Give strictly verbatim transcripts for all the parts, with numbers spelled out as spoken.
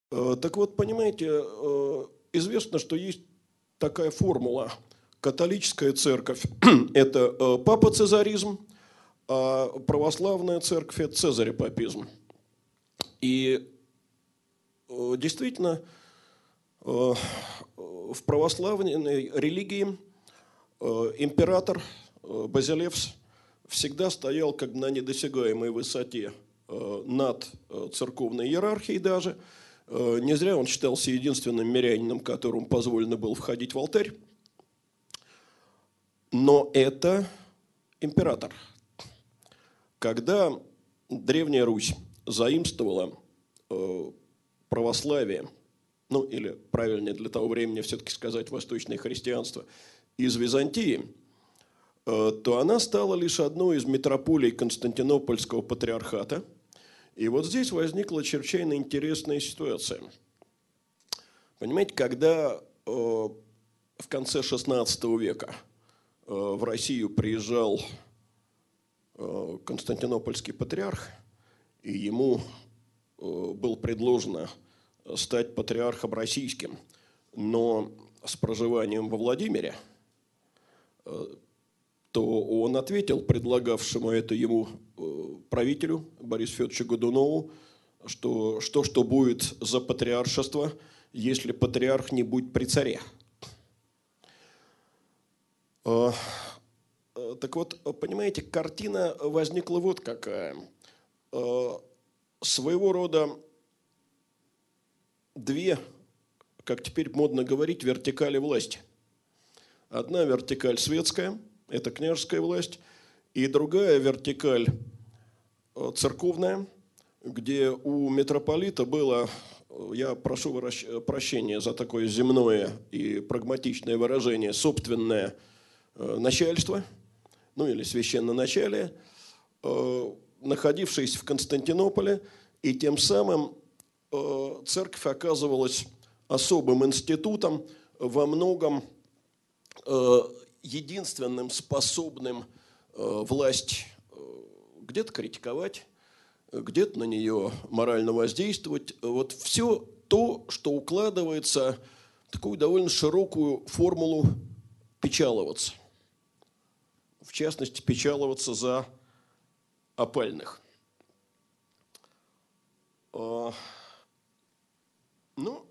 Э, Так вот, понимаете, э, известно, что есть такая формула. Католическая церковь– это э, папа-цезаризм, а православная церковь– это цезарепапизм. И э, действительно, э, в православной религии э, император э, Базилевс всегда стоял как бы на недосягаемой высоте э, над э, церковной иерархией даже. Э, Не зря он считался единственным мирянином, которому позволено было входить в алтарь. Но это император. Когда Древняя Русь заимствовала э, православие, ну или правильнее для того времени все-таки сказать восточное христианство, из Византии, э, то она стала лишь одной из метрополий Константинопольского патриархата. И вот здесь возникла чрезвычайно интересная ситуация. Понимаете, когда э, в конце шестнадцатого века э, в Россию приезжал э, Константинопольский патриарх, и ему э, было предложено стать патриархом российским, но с проживанием во Владимире, э, то он ответил предлагавшему это ему э, правителю Борису Федоровичу Годунову, что что, что будет за патриаршество, если патриарх не будет при царе. Э, э, Так вот, понимаете, картина возникла вот какая. Э, Своего рода две, как теперь модно говорить, вертикали власти. Одна вертикаль светская, это княжеская власть, и другая вертикаль э, церковная, где у митрополита было, э, я прошу выращ- прощения за такое земное и прагматичное выражение, собственное э, начальство, ну или священноначалие, э, находившееся в Константинополе, и тем самым э, церковь оказывалась особым институтом, во многом э, единственным способным э, власть э, где-то критиковать, где-то на нее морально воздействовать. Вот все то, что укладывается в такую довольно широкую формулу печаловаться. В частности, печаловаться за опальных. А, Ну,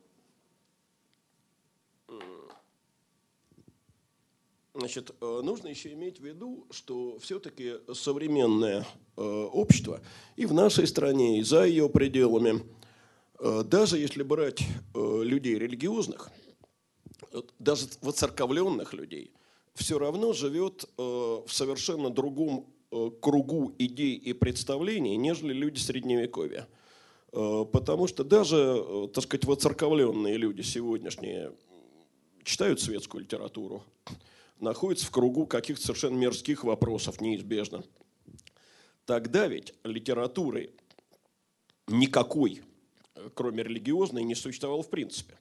значит, э, нужно еще иметь в виду, что все-таки современное э, общество и в нашей стране, и за ее пределами, э, даже если брать э, людей религиозных, э, даже воцерковленных людей, все равно живет э, в совершенно другом э, кругу идей и представлений, нежели люди Средневековья. Э, Потому что даже, э, так сказать, воцерковленные люди сегодняшние читают светскую литературу, находятся в кругу каких-то совершенно мирских вопросов неизбежно. Тогда ведь литературы никакой, кроме религиозной, не существовало в принципе.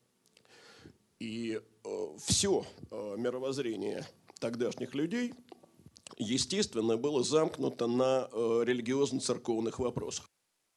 И э, все э, мировоззрение тогдашних людей, естественно, было замкнуто на э, религиозно-церковных вопросах.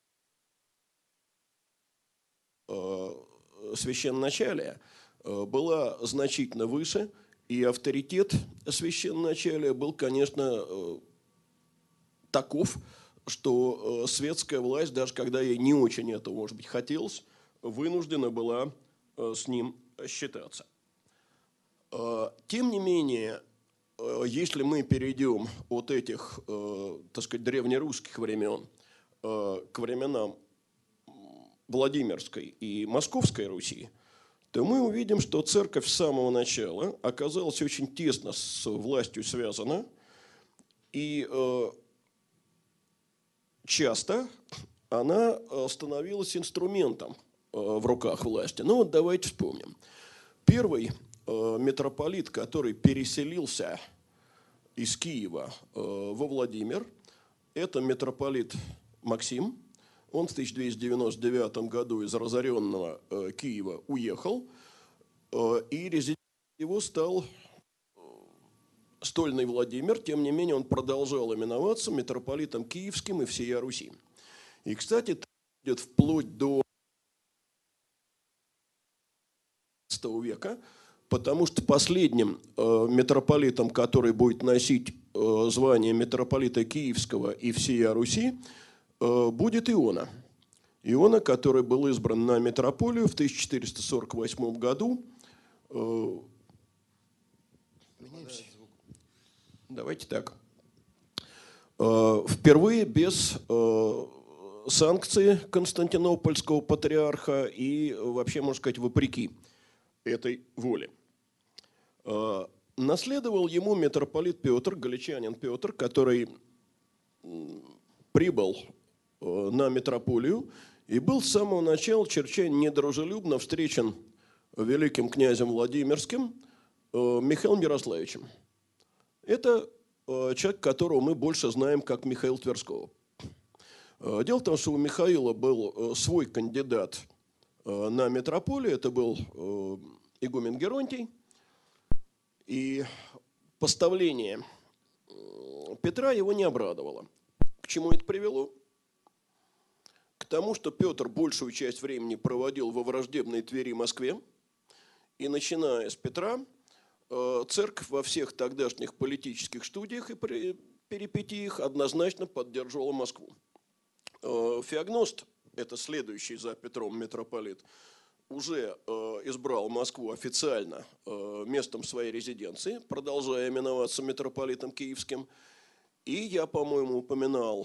Э, священноначалие э, была значительно выше, и авторитет священноначалия был, конечно, э, таков, что э, светская власть, даже когда ей не очень этого, может быть, хотелось, вынуждена была э, с ним считаться. Э, Тем не менее, э, если мы перейдем от этих, э, так сказать, древнерусских времен э, к временам Владимирской и Московской Руси, то мы увидим, что церковь с самого начала оказалась очень тесно с властью связана, и э, часто она становилась инструментом э, в руках власти. Ну вот давайте вспомним. Первый э, митрополит, который переселился из Киева э, во Владимир, это митрополит Максим. Он в тысяча двести девяносто девятом году из разоренного э, Киева уехал, э, и резидентом его стал э, стольный Владимир. Тем не менее, он продолжал именоваться митрополитом Киевским и всея Руси. И, кстати, это идет вплоть до двенадцатого века, потому что последним э, митрополитом, который будет носить э, звание митрополита Киевского и всея Руси, э, будет Иона. Иона, который был избран на митрополию в тысяча четыреста сорок восьмом году. Э, давайте так. Э, впервые без э, санкции Константинопольского патриарха и вообще, можно сказать, вопреки этой воле. Э, наследовал ему митрополит Петр, галичанин Петр, который прибыл э, на митрополию и был с самого начала чрезвычайно недружелюбно встречен великим князем Владимирским э, Михаилом Ярославичем. Это э, человек, которого мы больше знаем как Михаил Тверского. Э, дело в том, что у Михаила был э, свой кандидат э, на митрополию, это был э, игумен Геронтий. И поставление Петра его не обрадовало. К чему это привело? К тому, что Петр большую часть времени проводил во враждебной Твери и Москве. И начиная с Петра, церковь во всех тогдашних политических студиях и перипетиях однозначно поддерживала Москву. Феогност, это следующий за Петром митрополит, уже избрал Москву официально местом своей резиденции, продолжая именоваться митрополитом Киевским. И я, по-моему, упоминал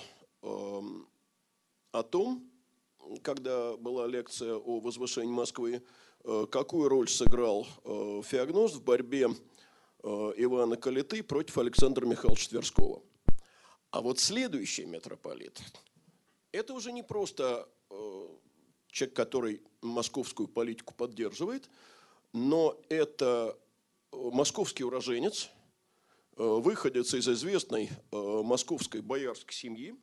о том, когда была лекция о возвышении Москвы, какую роль сыграл Феогност в борьбе Ивана Калиты против Александра Михайловича Тверского. А вот следующий митрополит – это уже не просто человек, который московскую политику поддерживает, но это московский уроженец, выходец из известной московской боярской семьи.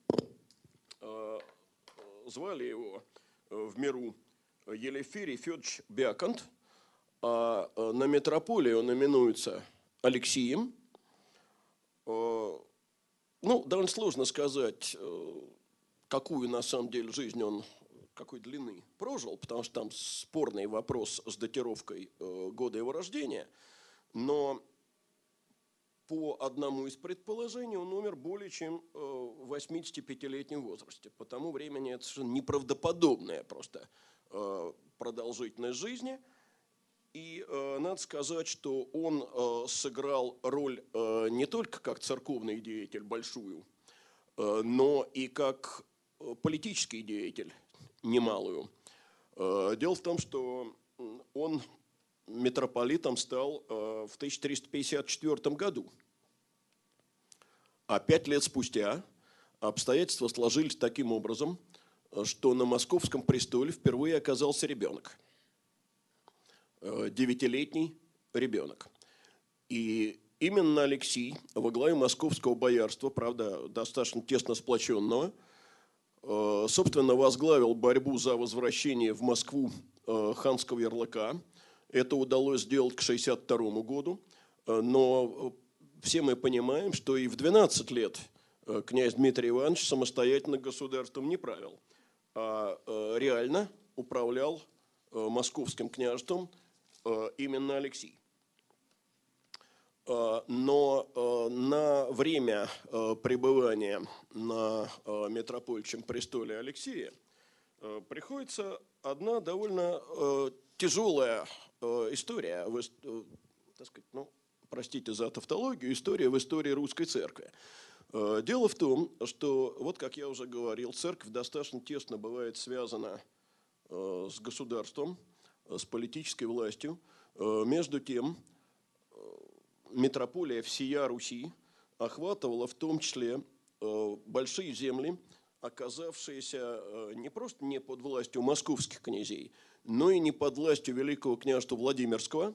Звали его в миру Елеферий Федорович Бяконт, а на митрополии он именуется Алексием. Ну, довольно сложно сказать, какую на самом деле жизнь он, какой длины прожил, потому что там спорный вопрос с датировкой года его рождения. Но по одному из предположений он умер более чем в восьмидесятипятилетнем возрасте. По тому времени это совершенно неправдоподобная просто продолжительность жизни. И надо сказать, что он сыграл роль не только как церковный деятель большую, но и как политический деятель немалую. Дело в том, что он митрополитом стал в тысяча триста пятьдесят четвёртом году. А пять лет спустя обстоятельства сложились таким образом, что на московском престоле впервые оказался ребенок. Девятилетний ребенок. И именно Алексий во главе московского боярства, правда, достаточно тесно сплоченного, собственно, возглавил борьбу за возвращение в Москву ханского ярлыка. Это удалось сделать к шестьдесят второму году, но все мы понимаем, что и в двенадцать лет князь Дмитрий Иванович самостоятельно государством не правил, а реально управлял московским княжеством именно Алексий. Но на время пребывания на митрополичьем престоле Алексия приходится одна довольно тяжелая история, так сказать, ну, простите за тавтологию, история в истории русской церкви. Дело в том, что, вот как я уже говорил, церковь достаточно тесно бывает связана с государством, с политической властью. Между тем, митрополия всея Руси охватывала в том числе большие земли, оказавшиеся не просто не под властью московских князей, но и не под властью Великого княжества Владимирского,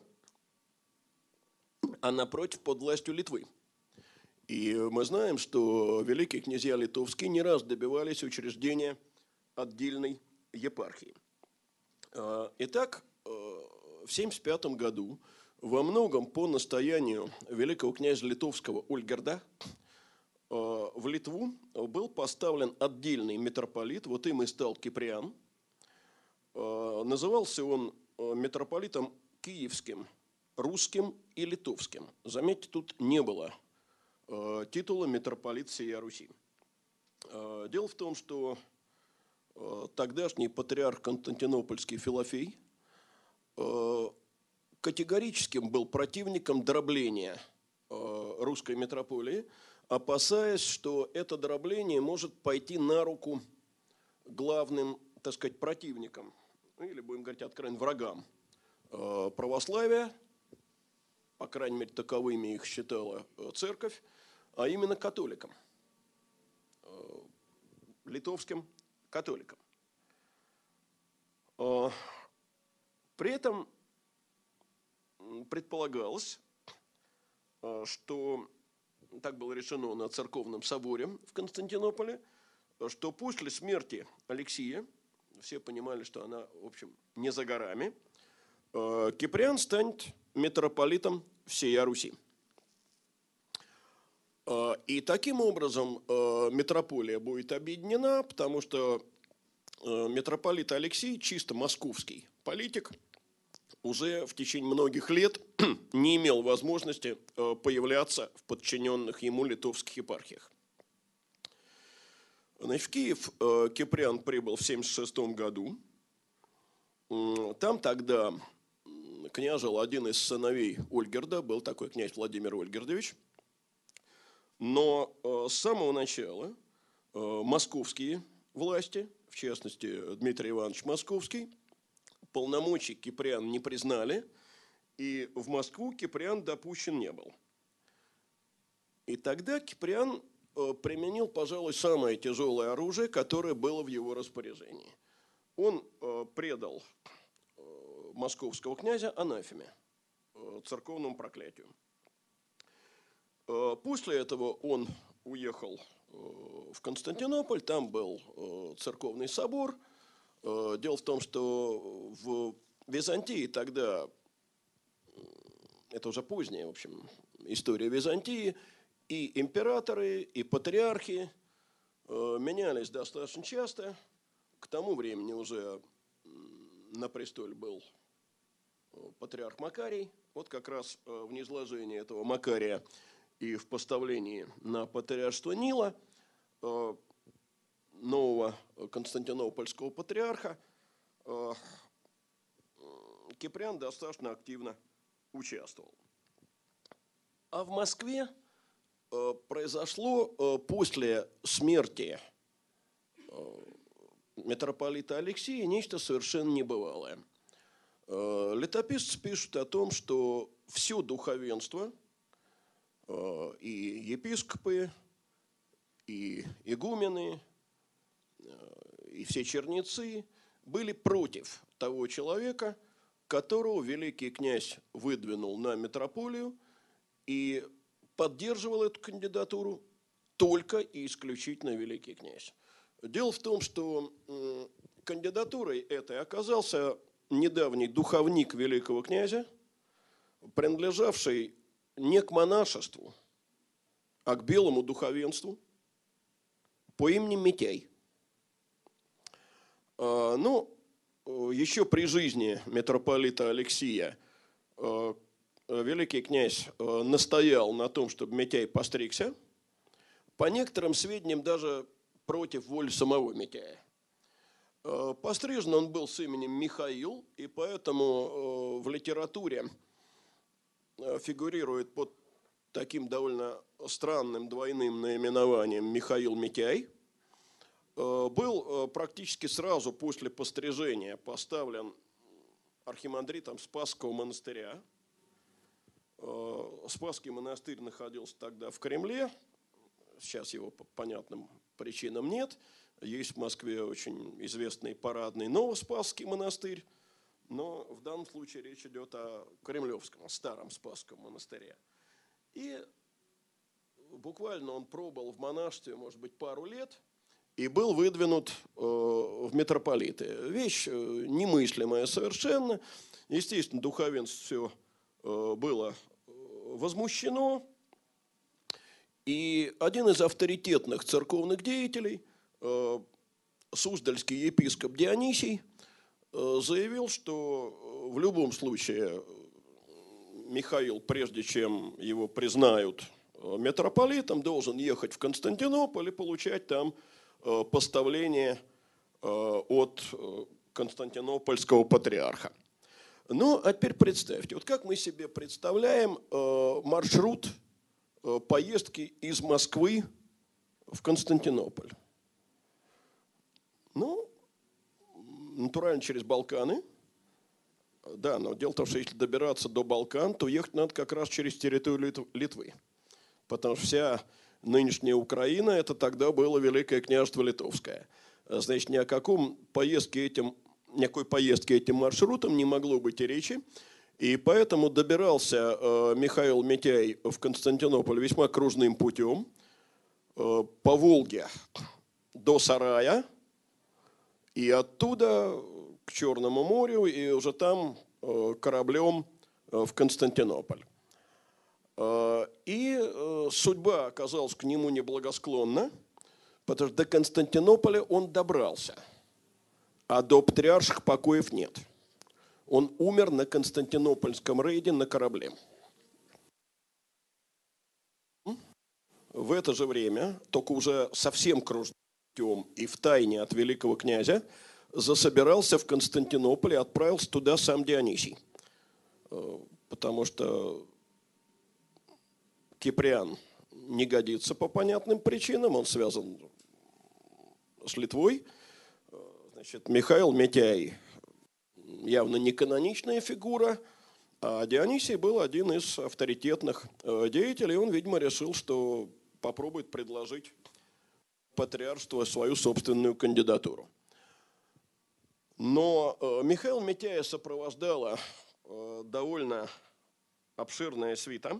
а напротив под властью Литвы. И мы знаем, что великие князья литовские не раз добивались учреждения отдельной епархии. Итак, в семьдесят пятом году во многом по настоянию великого князя литовского Ольгерда в Литву был поставлен отдельный митрополит, вот им и стал Киприан. Назывался он митрополитом киевским, русским и литовским. Заметьте, тут не было э, титула митрополит всея Руси. Э, дело в том, что э, тогдашний патриарх Константинопольский Филофей э, категорическим был противником дробления э, русской митрополии, опасаясь, что это дробление может пойти на руку главным, так сказать, противникам, или, будем говорить откровенно, врагам э, православия, по крайней мере, таковыми их считала церковь, а именно католикам, э, литовским католикам. Э, при этом предполагалось, э, что так было решено на церковном соборе в Константинополе, что после смерти Алексия, все понимали, что она, в общем, не за горами, э, Киприан станет митрополитом всея Руси. Э, и таким образом э, митрополия будет объединена, потому что э, митрополит Алексий, чисто московский политик, уже в течение многих лет не имел возможности э, появляться в подчиненных ему литовских епархиях. Значит, в Киев э, Киприан прибыл в семьдесят шестом году. Там тогда княжил один из сыновей Ольгерда, был такой князь Владимир Ольгердович. Но э, с самого начала э, московские власти, в частности Дмитрий Иванович Московский, полномочий Киприан не признали, и в Москву Киприан допущен не был. И тогда Киприан э, применил, пожалуй, самое тяжелое оружие, которое было в его распоряжении. Он э, предал э, московского князя анафеме, э, церковному проклятию. Э, после этого он уехал э, в Константинополь, там был э, церковный собор. Э, дело в том, что в Византии тогда, это уже поздняя, в общем, история Византии, и императоры, и патриархи э, менялись достаточно часто. К тому времени уже на престоле был патриарх Макарий. Вот как раз в низложении этого Макария и в поставлении на патриаршество Нила нового константинопольского патриарха Киприан достаточно активно участвовал. А в Москве произошло после смерти митрополита Алексия нечто совершенно небывалое. Летописцы пишут о том, что все духовенство, и епископы, и игумены, и все черницы были против того человека, которого великий князь выдвинул на митрополию, и поддерживал эту кандидатуру только и исключительно великий князь. Дело в том, что кандидатурой этой оказался недавний духовник великого князя, принадлежавший не к монашеству, а к белому духовенству по имени Митяй. Ну, еще при жизни митрополита Алексия великий князь настоял на том, чтобы Митяй постригся, по некоторым сведениям даже против воли самого Митяя. Пострижен он был с именем Михаил, и поэтому в литературе фигурирует под таким довольно странным двойным наименованием Михаил Митяй. Был практически сразу после пострижения поставлен архимандритом Спасского монастыря. Спасский монастырь находился тогда в Кремле. Сейчас его по понятным причинам нет. Есть в Москве очень известный парадный Новоспасский монастырь, но в данном случае речь идет о Кремлевском, старом Спасском монастыре. И буквально он пробыл в монашестве, может быть, пару лет, и был выдвинут э, в митрополиты. Вещь э, немыслимая совершенно. Естественно, духовенство все э, было возмущено. И один из авторитетных церковных деятелей, Суздальский епископ Дионисий, заявил, что в любом случае Михаил, прежде чем его признают митрополитом, должен ехать в Константинополь и получать там поставление от константинопольского патриарха. Ну, а теперь представьте, вот как мы себе представляем маршрут поездки из Москвы в Константинополь? Ну, натурально через Балканы. Да, но дело в том, что если добираться до Балкан, то ехать надо как раз через территорию Литвы. Потому что вся нынешняя Украина, это тогда было Великое княжество Литовское. Значит, ни о каком поездке этим, никакой поездке этим маршрутом не могло быть и речи. И поэтому добирался э, Михаил Митяй в Константинополь весьма кружным путем. Э, по Волге до Сарая. И оттуда к Черному морю, и уже там э, кораблем э, в Константинополь. Э, и э, судьба оказалась к нему неблагосклонна, потому что до Константинополя он добрался, а до патриарших покоев нет. Он умер на Константинопольском рейде на корабле. В это же время, только уже совсем кружным путем и втайне от великого князя, засобирался в Константинополь и отправился туда сам Дионисий. Потому что Киприан не годится по понятным причинам, он связан с Литвой. Значит, Михаил Митяй явно не каноничная фигура, а Дионисий был один из авторитетных деятелей. Он, видимо, решил, что попробует предложить патриаршеству свою собственную кандидатуру. Но Михаила Митяя сопровождала довольно обширная свита.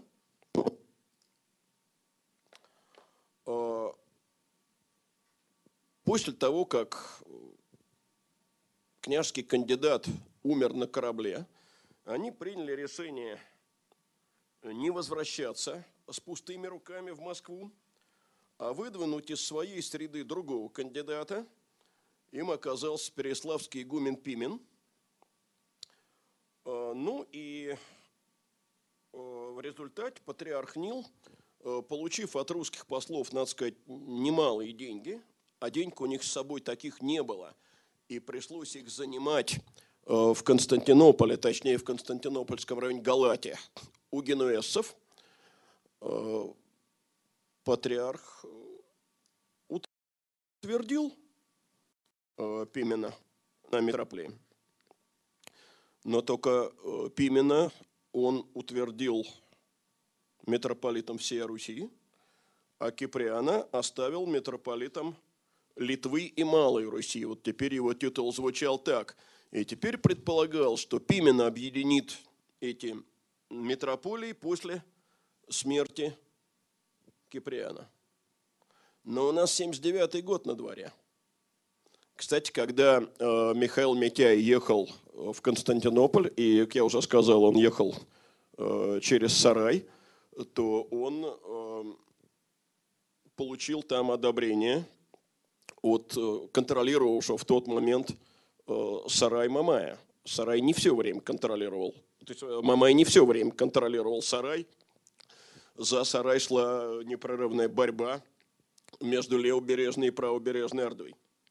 После того, как княжеский кандидат умер на корабле, они приняли решение не возвращаться с пустыми руками в Москву, а выдвинуть из своей среды другого кандидата. Им оказался переяславский игумен Пимен. Ну и в результате патриарх Нил, получив от русских послов, надо сказать, немалые деньги, а денег у них с собой таких не было, и пришлось их занимать в Константинополе, точнее в Константинопольском районе Галатия, у генуэзцев, патриарх утвердил Пимена на митрополии. Но только Пимена он утвердил митрополитом всей Руси, а Киприана оставил митрополитом Литвы и Малой Руси. Вот теперь его титул звучал так. И теперь предполагал, что Пимена объединит эти митрополии после смерти Киприана. Но у нас семьдесят девятый год на дворе. Кстати, когда э, Михаил Митяй ехал в Константинополь, и, как я уже сказал, он ехал э, через Сарай, то он э, получил там одобрение от э, контролировавшего в тот момент э, Сарай Мамая. Сарай не все время контролировал. То есть Мамай не все время контролировал Сарай. За Сарай шла непрерывная борьба между левобережной и правобережной Ордой.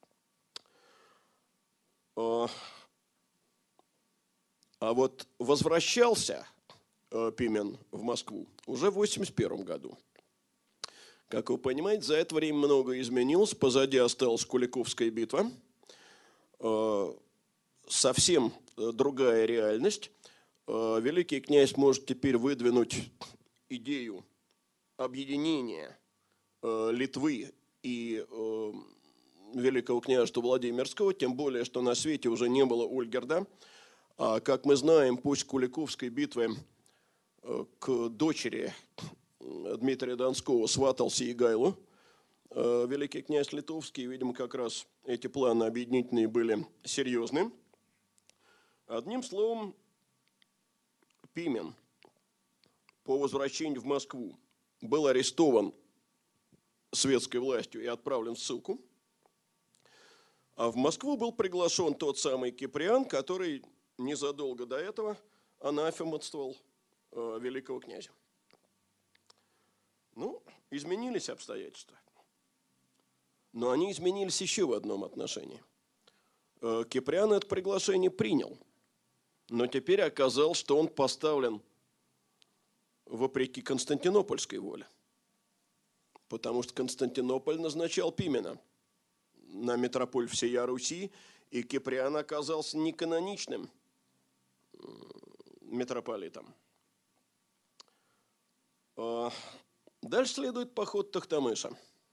А вот возвращался Пимен в Москву уже в восемьдесят первом году. Как вы понимаете, за это время многое изменилось. Позади осталась Куликовская битва. Совсем другая реальность. Великий князь может теперь выдвинуть идею объединения Литвы и Великого княжества Владимирского, тем более, что на свете уже не было Ольгерда. А, как мы знаем, после Куликовской битвы к дочери Дмитрия Донского сватался Егайло. Великий князь Литовский, видимо, как раз эти планы объединительные были серьезны. Одним словом, Пимен по возвращению в Москву был арестован светской властью и отправлен в ссылку. А в Москву был приглашен тот самый Киприан, который незадолго до этого анафематствовал э, великого князя. Ну, изменились обстоятельства. Но они изменились еще в одном отношении. Э, Киприан это приглашение принял, но теперь оказалось, что он поставлен вопреки константинопольской воле. Потому что Константинополь назначал Пимена на митрополь всея Руси, и Киприан оказался неканоничным митрополитом. Дальше следует поход Тохтамыша.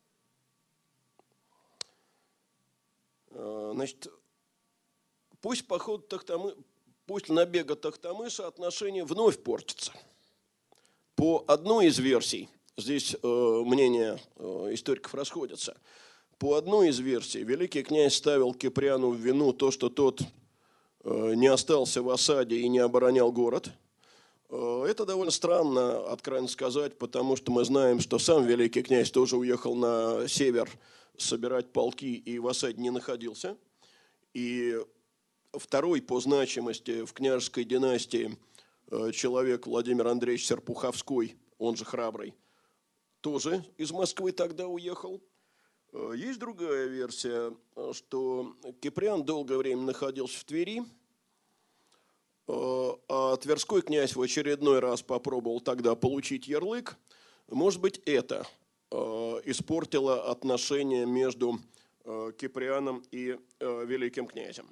Значит, пусть поход Тохтамыша, после набега Тохтамыша отношения вновь портятся. По одной из версий, здесь э, мнения э, историков расходятся, по одной из версий великий князь ставил Киприану в вину то, что тот э, не остался в осаде и не оборонял город. Э, это довольно странно, откровенно сказать, потому что мы знаем, что сам великий князь тоже уехал на север собирать полки и в осаде не находился. И второй по значимости в княжеской династии человек Владимир Андреевич Серпуховской, он же Храбрый, тоже из Москвы тогда уехал. Есть другая версия, что Киприан долгое время находился в Твери, а Тверской князь в очередной раз попробовал тогда получить ярлык. Может быть, это испортило отношения между Киприаном и великим князем.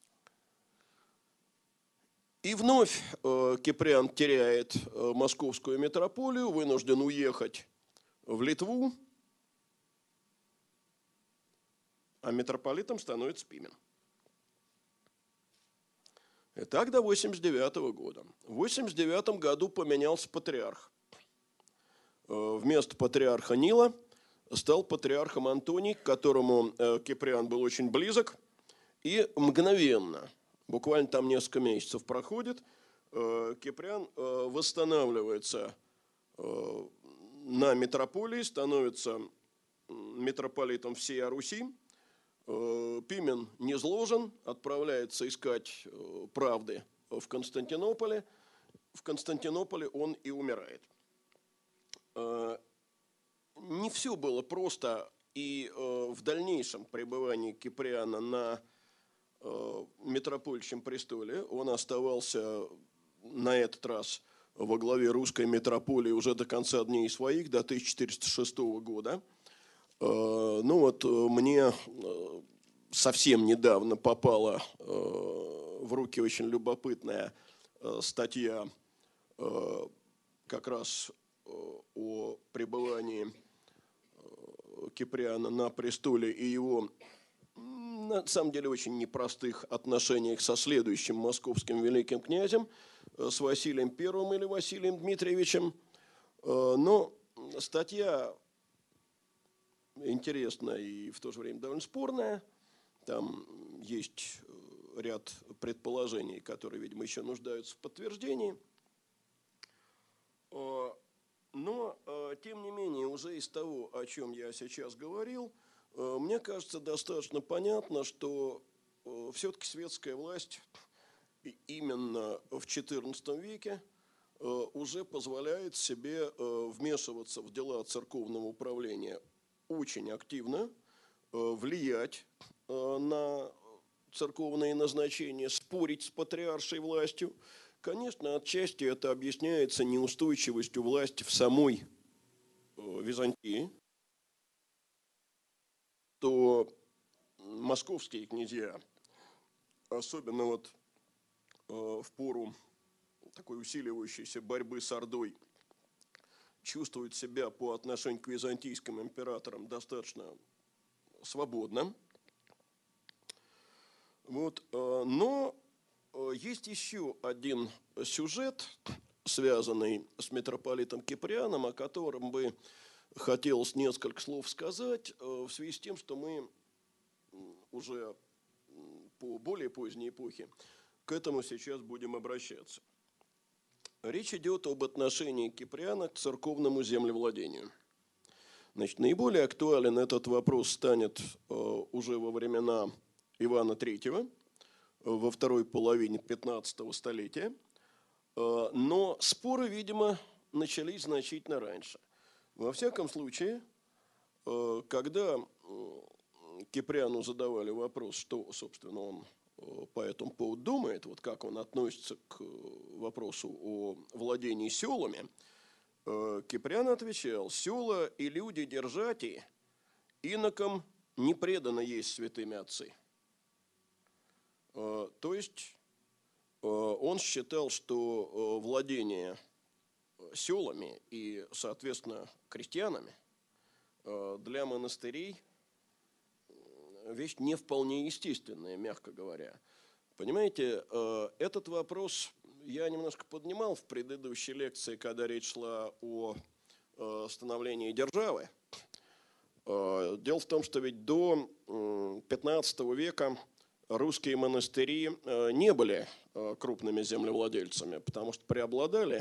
И вновь э, Киприан теряет э, московскую митрополию, вынужден уехать в Литву, а митрополитом становится Пимен. И так до восемьдесят девятого года. В восемьдесят девятом году поменялся патриарх. Э, вместо патриарха Нила стал патриархом Антоний, к которому э, Киприан был очень близок, и мгновенно, буквально там несколько месяцев проходит, Киприан восстанавливается на митрополии, становится митрополитом всея Руси. Пимен низложен, отправляется искать правды в Константинополе. В Константинополе он и умирает. Не все было просто, и в дальнейшем пребывании Киприана на митропольчьем престоле. Он оставался на этот раз во главе русской митрополии уже до конца дней своих, до тысяча четыреста шестого года. Ну вот мне совсем недавно попала в руки очень любопытная статья как раз о пребывании Киприана на престоле и его, на самом деле, очень непростых отношениях со следующим московским великим князем, с Василием Первым или Василием Дмитриевичем. Но статья интересная и в то же время довольно спорная. Там есть ряд предположений, которые, видимо, еще нуждаются в подтверждении. Но, тем не менее, уже из того, о чем я сейчас говорил, мне кажется, достаточно понятно, что все-таки светская власть именно в четырнадцатом веке уже позволяет себе вмешиваться в дела церковного управления очень активно, влиять на церковные назначения, спорить с патриаршей властью. Конечно, отчасти это объясняется неустойчивостью власти в самой Византии, то московские князья, особенно вот в пору такой усиливающейся борьбы с Ордой, чувствуют себя по отношению к византийским императорам достаточно свободно. Вот, но есть еще один сюжет, связанный с митрополитом Киприаном, о котором бы хотелось несколько слов сказать, в связи с тем, что мы уже по более поздней эпохе к этому сейчас будем обращаться. Речь идет об отношении Киприана к церковному землевладению. Значит, наиболее актуален этот вопрос станет уже во времена Ивана Третьего, во второй половине пятнадцатого столетия. Но споры, видимо, начались значительно раньше. Во всяком случае, когда Киприану задавали вопрос, что, собственно, он по этому поводу думает, вот как он относится к вопросу о владении селами, Киприан отвечал: «Села и люди держати, инокам не предано есть святыми отцы». То есть он считал, что владение селами и, соответственно, крестьянами для монастырей вещь не вполне естественная, мягко говоря. Понимаете, этот вопрос я немножко поднимал в предыдущей лекции, когда речь шла о становлении державы. Дело в том, что ведь до пятнадцатого века русские монастыри не были крупными землевладельцами, потому что преобладали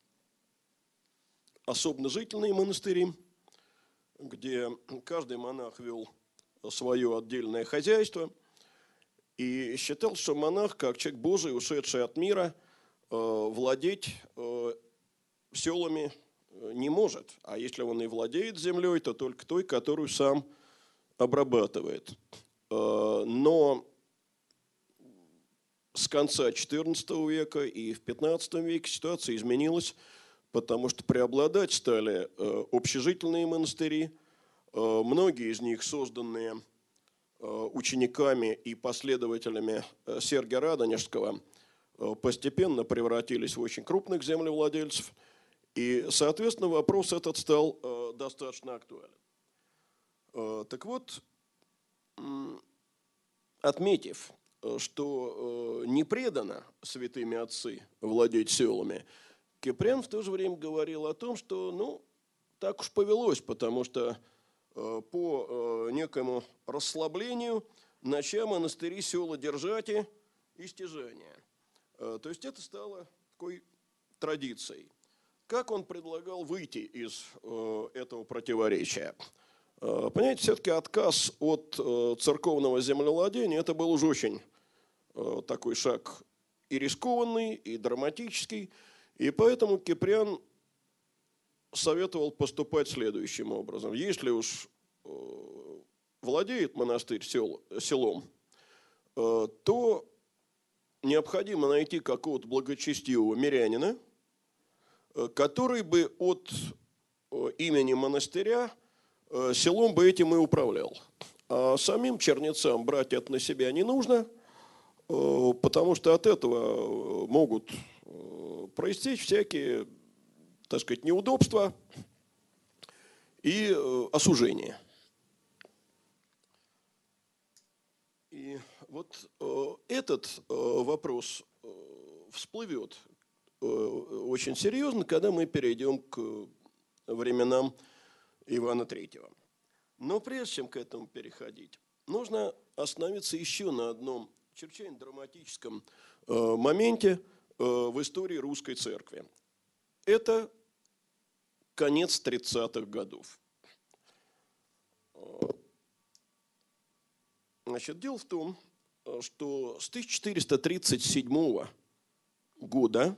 особножительные монастыри, где каждый монах вел свое отдельное хозяйство и считал, что монах, как человек Божий, ушедший от мира, владеть селами не может. А если он и владеет землей, то только той, которую сам обрабатывает. Но с конца четырнадцатого века и в пятнадцатом веке ситуация изменилась, потому что преобладать стали общежительные монастыри, многие из них, созданные учениками и последователями Сергия Радонежского, постепенно превратились в очень крупных землевладельцев. И, соответственно, вопрос этот стал достаточно актуален. Так вот, отметив, что не предано святыми отцы владеть селами, Киприан в то же время говорил о том, что, ну, так уж повелось, потому что по некому расслаблению нача монастыри села держати и стяжания. То есть это стало такой традицией. Как он предлагал выйти из этого противоречия? Понимаете, все-таки отказ от церковного землевладения – это был уже очень такой шаг и рискованный, и драматический. И поэтому Киприан советовал поступать следующим образом. Если уж владеет монастырь сел, селом, то необходимо найти какого-то благочестивого мирянина, который бы от имени монастыря селом бы этим и управлял. А самим чернецам брать это на себя не нужно, потому что от этого могут проистечь всякие, так сказать, неудобства и осуждения. И вот этот вопрос всплывет очень серьезно, когда мы перейдем к временам Ивана Третьего. Но прежде чем к этому переходить, нужно остановиться еще на одном чрезвычайно драматическом моменте в истории русской церкви. Это конец тридцатых годов. Значит, дело в том, что с тысяча четыреста тридцать седьмого года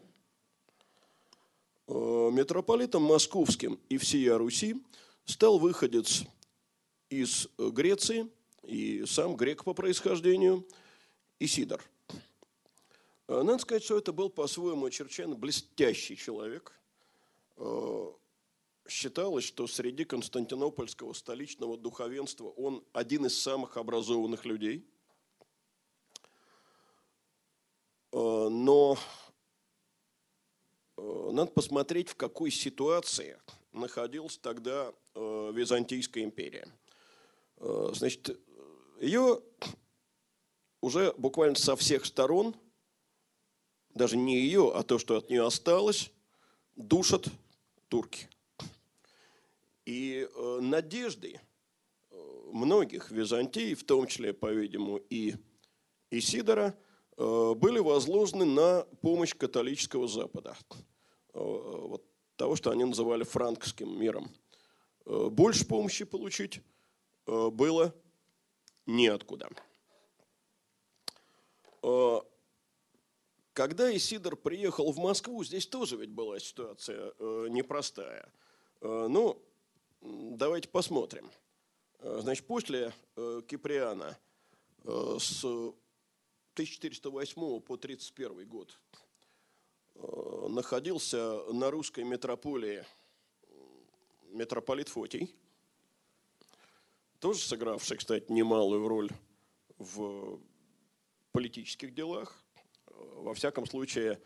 митрополитом московским и всея Руси стал выходец из Греции, и сам грек по происхождению, Исидор. Надо сказать, что это был по-своему чрезвычайно блестящий человек. Считалось, что среди константинопольского столичного духовенства он один из самых образованных людей. Но надо посмотреть, в какой ситуации находилась тогда Византийская империя. Значит, ее уже буквально со всех сторон, даже не ее, а то, что от нее осталось, душат турки. И надежды многих в Византии, в том числе, по-видимому, и Исидора, были возложены на помощь католического Запада. Вот того, что они называли франкским миром. Больше помощи получить было неоткуда. Когда Исидор приехал в Москву, здесь тоже ведь была ситуация непростая. Ну, давайте посмотрим. Значит, после Киприана с тысяча четыреста восьмого по тридцать первый год находился на русской метрополии митрополит Фотий, тоже сыгравший, кстати, немалую роль в политических делах. Во всяком случае,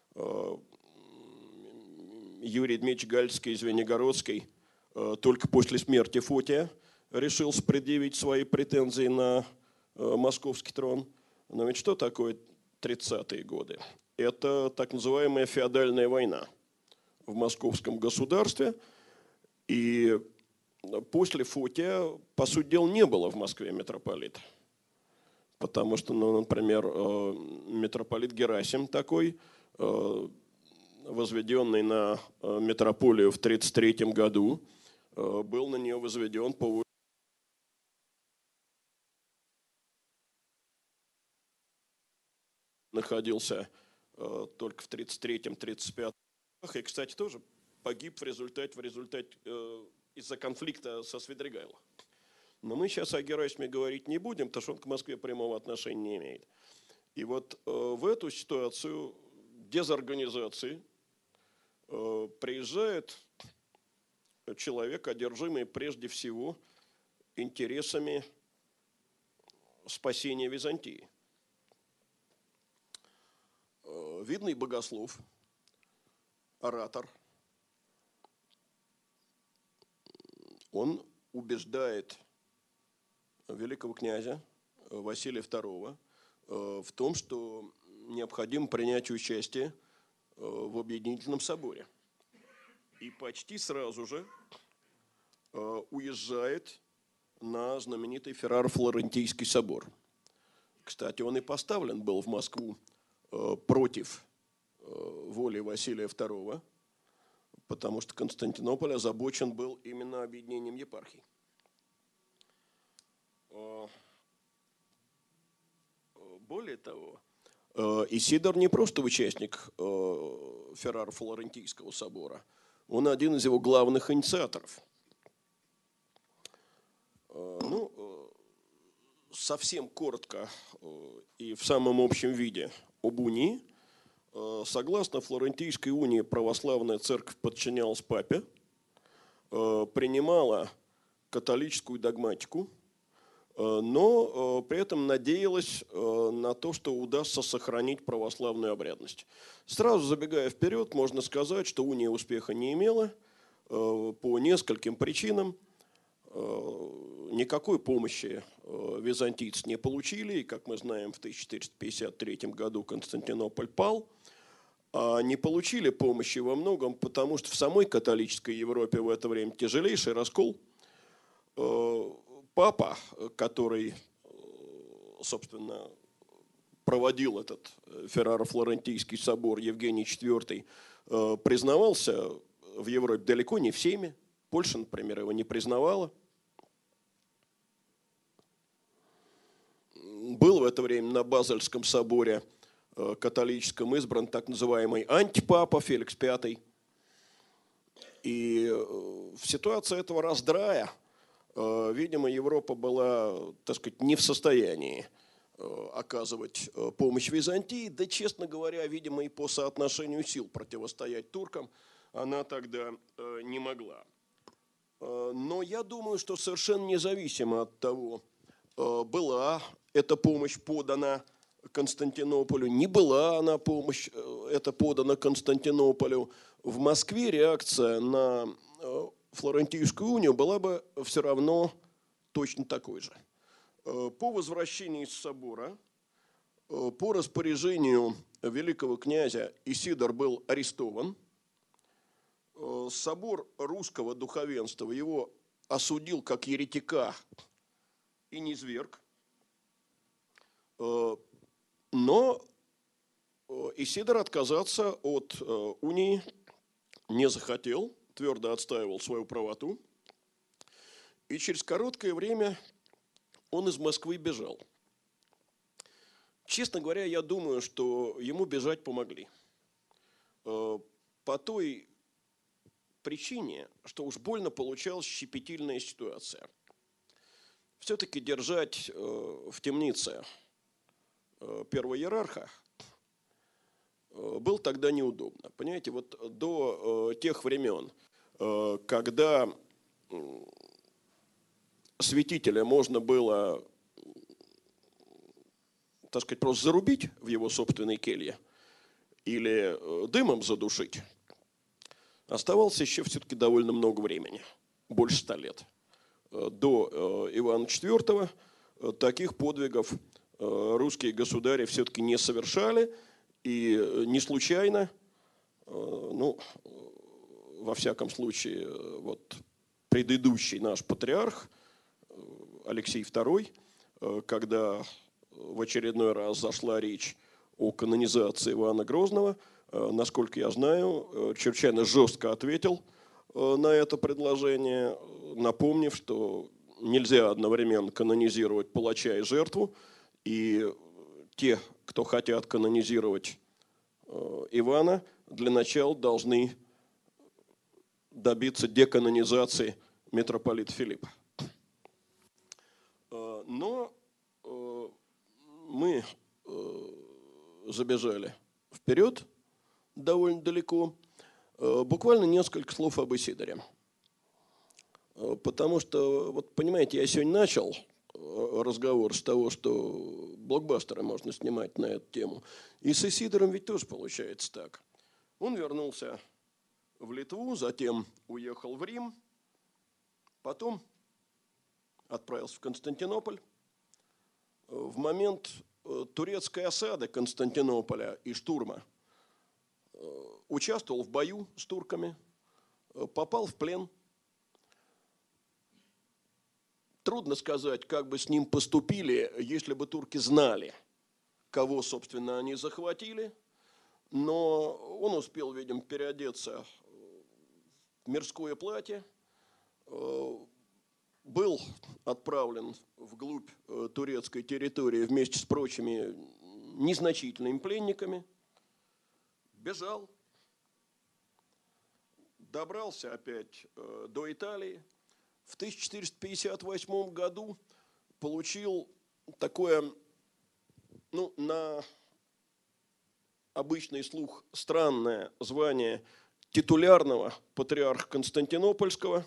Юрий Дмитриевич Галицкий из Звенигородской только после смерти Фотия решился предъявить свои претензии на московский трон. Но ведь что такое тридцатые годы? Это так называемая феодальная война в московском государстве. И после Фотия, по сути дела, не было в Москве митрополита. Потому что, ну, например, митрополит Герасим такой, возведенный на митрополию в тридцать третьем году, был на нее возведен по воле находился только в тридцать третьем — тридцать пятом и, кстати, тоже погиб в результате, в результате из-за конфликта со Свидригайло. Но мы сейчас о Герасиме говорить не будем, потому что он к Москве прямого отношения не имеет. И вот в эту ситуацию дезорганизации приезжает человек, одержимый прежде всего интересами спасения Византии. Видный богослов, оратор, он убеждает великого князя Василия второго в том, что необходимо принять участие в объединительном соборе. И почти сразу же уезжает на знаменитый Ферраро-Флорентийский собор. Кстати, он и поставлен был в Москву против воли Василия второго, потому что Константинополь озабочен был именно объединением епархий. Более того, Исидор не просто участник Ферраро-Флорентийского собора, он один из его главных инициаторов. Ну, совсем коротко и в самом общем виде об унии. Согласно Флорентийской унии, православная церковь подчинялась папе, принимала католическую догматику, но при этом надеялась на то, что удастся сохранить православную обрядность. Сразу забегая вперед, можно сказать, что уния успеха не имела по нескольким причинам. Никакой помощи византийцы не получили, и, как мы знаем, в тысяча четыреста пятьдесят третьем году Константинополь пал. А не получили помощи во многом, потому что в самой католической Европе в это время тяжелейший раскол. Папа, который, собственно, проводил этот Ферраро-Флорентийский собор, Евгений четвёртый, признавался в Европе далеко не всеми. Польша, например, его не признавала. Был в это время на Базельском соборе католическом избран так называемый антипапа Феликс пятый. И в ситуации этого раздрая, видимо, Европа была, так сказать, не в состоянии оказывать помощь Византии. Да, честно говоря, видимо, и по соотношению сил противостоять туркам она тогда не могла. Но я думаю, что совершенно независимо от того, была эта помощь подана Константинополю, не была она помощь эта подана Константинополю, в Москве реакция на Флорентийскую унию была бы все равно точно такой же. По возвращении из собора, по распоряжению великого князя, Исидор был арестован. Собор русского духовенства его осудил как еретика и низверг. Но Исидор отказаться от унии не захотел, твердо отстаивал свою правоту. И через короткое время он из Москвы бежал. честно говоря, я думаю, что ему бежать помогли. По той причине, что уж больно получалась щепетильная ситуация. Все-таки держать в темнице первого иерарха было тогда неудобно. Понимаете, вот до тех времен, когда святителя можно было, так сказать, просто зарубить в его собственной келье или дымом задушить, оставалось еще все-таки довольно много времени, больше ста лет. До Ивана четвёртого таких подвигов русские государи все-таки не совершали, и не случайно, ну, во всяком случае, вот предыдущий наш патриарх Алексей второй, когда в очередной раз зашла речь о канонизации Ивана Грозного, насколько я знаю, чрезвычайно жестко ответил на это предложение, напомнив, что нельзя одновременно канонизировать палача и жертву, и те, кто хотят канонизировать Ивана, для начала должны добиться деканонизации митрополита Филиппа. Но мы забежали вперед довольно далеко. Буквально несколько слов об Исидоре. Потому что, вот понимаете, я сегодня начал разговор с того, что блокбастеры можно снимать на эту тему. И с Исидором ведь тоже получается так. Он вернулся в Литву, затем уехал в Рим, потом отправился в Константинополь. В момент турецкой осады Константинополя и штурма участвовал в бою с турками, попал в плен. Трудно сказать, как бы с ним поступили, если бы турки знали, кого, собственно, они захватили. Но он успел, видимо, переодеться в мирское платье, был отправлен вглубь турецкой территории вместе с прочими незначительными пленниками, бежал, добрался опять до Италии. В тысяча четыреста пятьдесят восьмом году получил такое, ну, на обычный слух странное звание титулярного патриарха Константинопольского.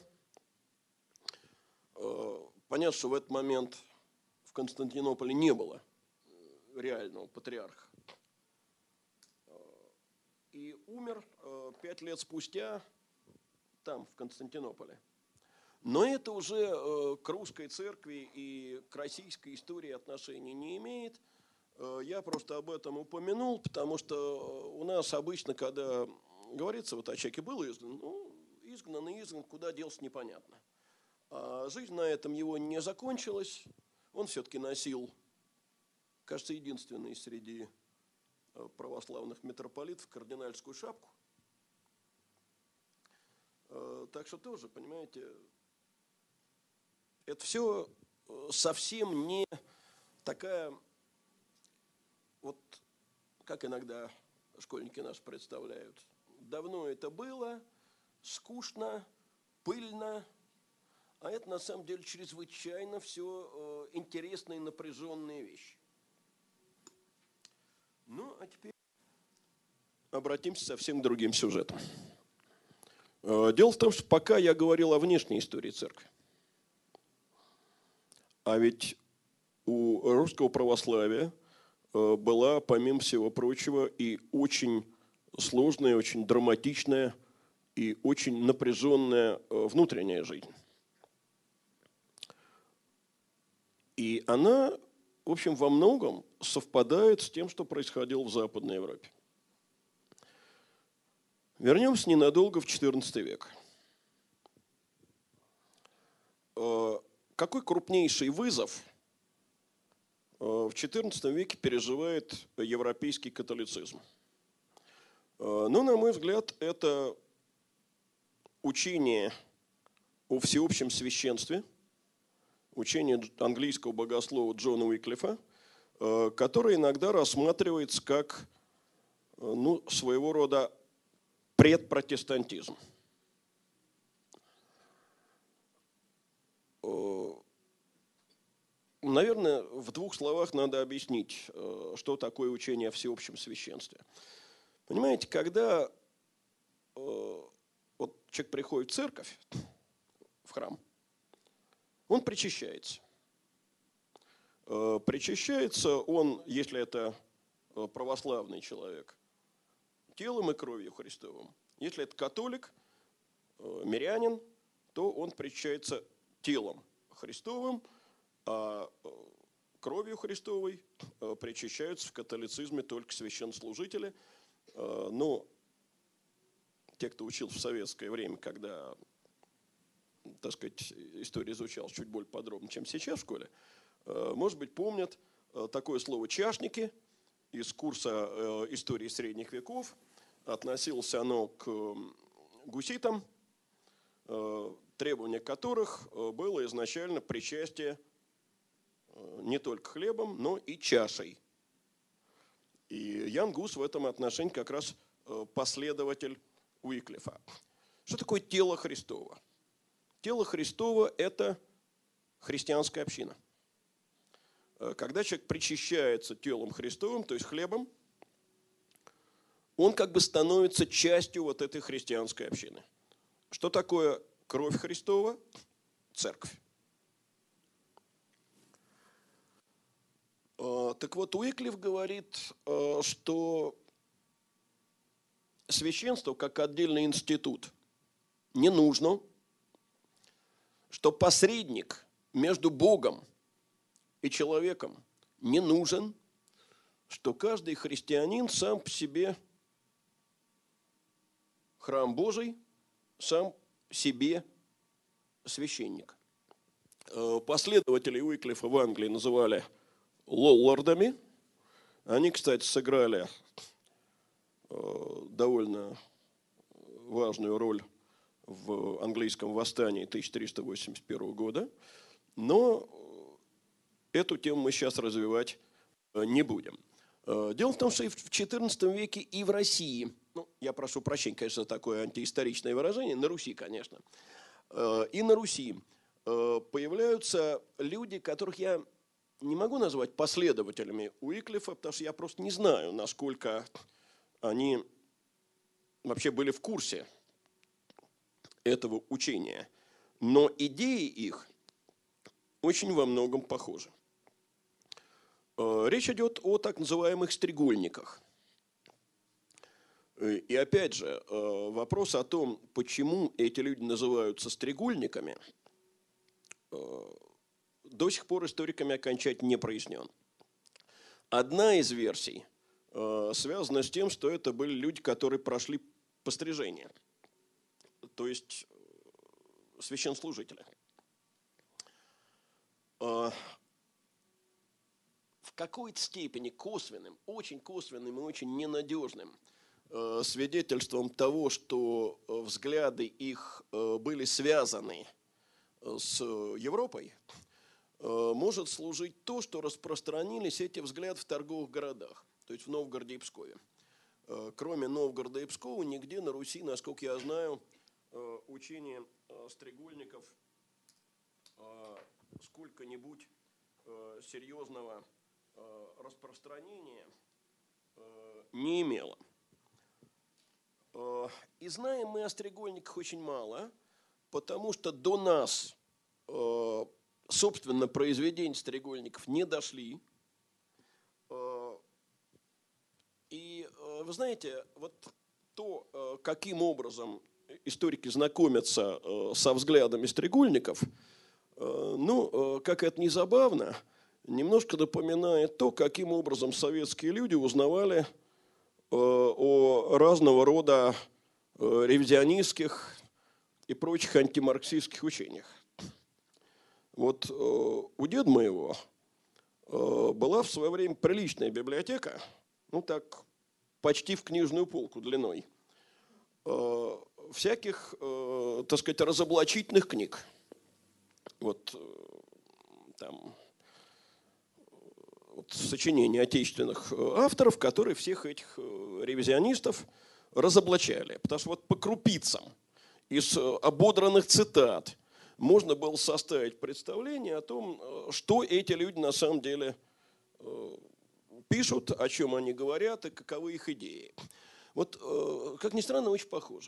Понятно, что в этот момент в Константинополе не было реального патриарха. И умер пять лет спустя там, в Константинополе. Но это уже к русской церкви и к российской истории отношения не имеет. Я просто об этом упомянул, потому что у нас обычно, когда говорится, вот о человеке был изгнан, ну, изгнан и изгнан, куда делся, непонятно. А жизнь на этом его не закончилась. Он все-таки носил, кажется, единственный среди православных митрополитов кардинальскую шапку. Так что тоже, понимаете, это все совсем не такая, вот как иногда школьники нас представляют. Давно это было, скучно, пыльно, а это на самом деле чрезвычайно все интересные, напряженные вещи. Ну, а теперь обратимся совсем к другим сюжетам. Дело в том, что пока я говорил о внешней истории церкви, а ведь у русского православия была, помимо всего прочего, и очень сложная, очень драматичная и очень напряженная внутренняя жизнь. И она, в общем, во многом совпадает с тем, что происходило в Западной Европе. Вернемся ненадолго в четырнадцатый век. Какой крупнейший вызов в четырнадцатом веке переживает европейский католицизм? Ну, на мой взгляд, это учение о всеобщем священстве, учение английского богослова Джона Уиклифа, который иногда рассматривается как ну, своего рода предпротестантизм. Наверное, в двух словах надо объяснить, что такое учение о всеобщем священстве. Понимаете, когда вот человек приходит в церковь, в храм, он причащается. Причащается он, если это православный человек, телом и кровью Христовым. Если это католик, мирянин, то он причащается телом Христовым, а кровью Христовой причащаются в католицизме только священнослужители. Но те, кто учился в советское время, когда, так сказать, история изучалась чуть более подробно, чем сейчас в школе, может быть, помнят такое слово «чашники» из курса истории средних веков. Относилось оно к гуситам, требование которых было изначально причастие не только хлебом, но и чашей. И Ян Гус в этом отношении как раз последователь Уиклифа. Что такое тело Христово? Тело Христово – это христианская община. Когда человек причащается телом Христовым, то есть хлебом, он как бы становится частью вот этой христианской общины. Что такое кровь Христова? Церковь. Так вот, Уиклиф говорит, что священство как отдельный институт не нужно, что посредник между Богом и человеком не нужен, что каждый христианин сам по себе храм Божий, сам себе священник. Последователей Уиклифа в Англии называли лоллардами. Они, кстати, сыграли довольно важную роль в английском восстании тысяча триста восемьдесят первого года. Но эту тему мы сейчас развивать не будем. Дело в том, что и в четырнадцатом веке, и в России, ну, я прошу прощения, конечно, за такое антиисторичное выражение, на Руси, конечно, и на Руси появляются люди, которых я не могу назвать последователями Уиклифа, потому что я просто не знаю, насколько они вообще были в курсе этого учения. Но идеи их очень во многом похожи. Речь идет о так называемых стрегольниках. И опять же, вопрос о том, почему эти люди называются стрегольниками, до сих пор историками окончательно не прояснен. Одна из версий связана с тем, что это были люди, которые прошли пострижение, то есть священнослужители. В какой-то степени косвенным, очень косвенным и очень ненадежным свидетельством того, что взгляды их были связаны с Европой, может служить то, что распространились эти взгляды в торговых городах, то есть в Новгороде и Пскове. Кроме Новгорода и Пскова, нигде на Руси, насколько я знаю, учение стрегольников сколько-нибудь серьезного распространения не имело. И знаем мы о стрегольниках очень мало, потому что до нас, собственно, произведения стрегольников не дошли. И вы знаете, вот то, каким образом историки знакомятся со взглядами стрегольников, ну, как это ни забавно, немножко напоминает то, каким образом советские люди узнавали о разного рода ревизионистских и прочих антимарксистских учениях. Вот у деда моего была в свое время приличная библиотека, ну так, почти в книжную полку длиной, всяких, так сказать, разоблачительных книг. Вот там вот, сочинений отечественных авторов, которые всех этих ревизионистов разоблачали. Потому что вот по крупицам из ободранных цитат можно было составить представление о том, что эти люди на самом деле пишут, о чем они говорят и каковы их идеи. Вот, как ни странно, очень похоже.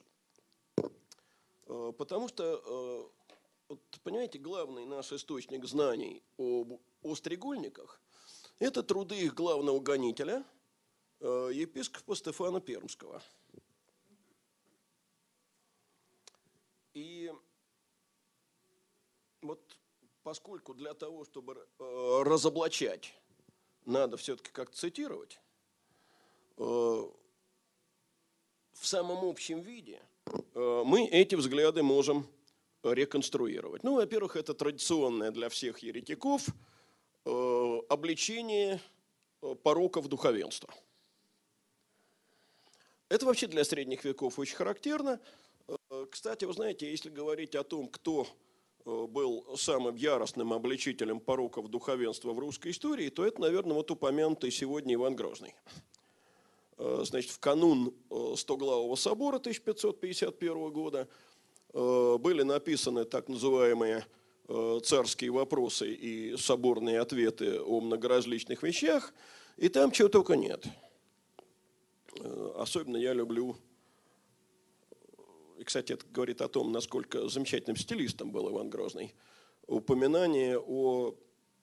Потому что, вот, понимаете, главный наш источник знаний об, о стрегольниках – это труды их главного гонителя, епископа Стефана Пермского. И вот поскольку для того, чтобы разоблачать, надо все-таки как-то цитировать, в самом общем виде мы эти взгляды можем реконструировать. Ну, во-первых, это традиционное для всех еретиков обличение пороков духовенства. Это вообще для средних веков очень характерно. Кстати, вы знаете, если говорить о том, кто был самым яростным обличителем пороков духовенства в русской истории, то это, наверное, вот упомянутый сегодня Иван Грозный. Значит, в канун Стоглавого собора тысяча пятьсот пятьдесят первого года были написаны так называемые царские вопросы и соборные ответы о многоразличных вещах, и там чего только нет. Особенно я люблю, и, кстати, это говорит о том, насколько замечательным стилистом был Иван Грозный, упоминание о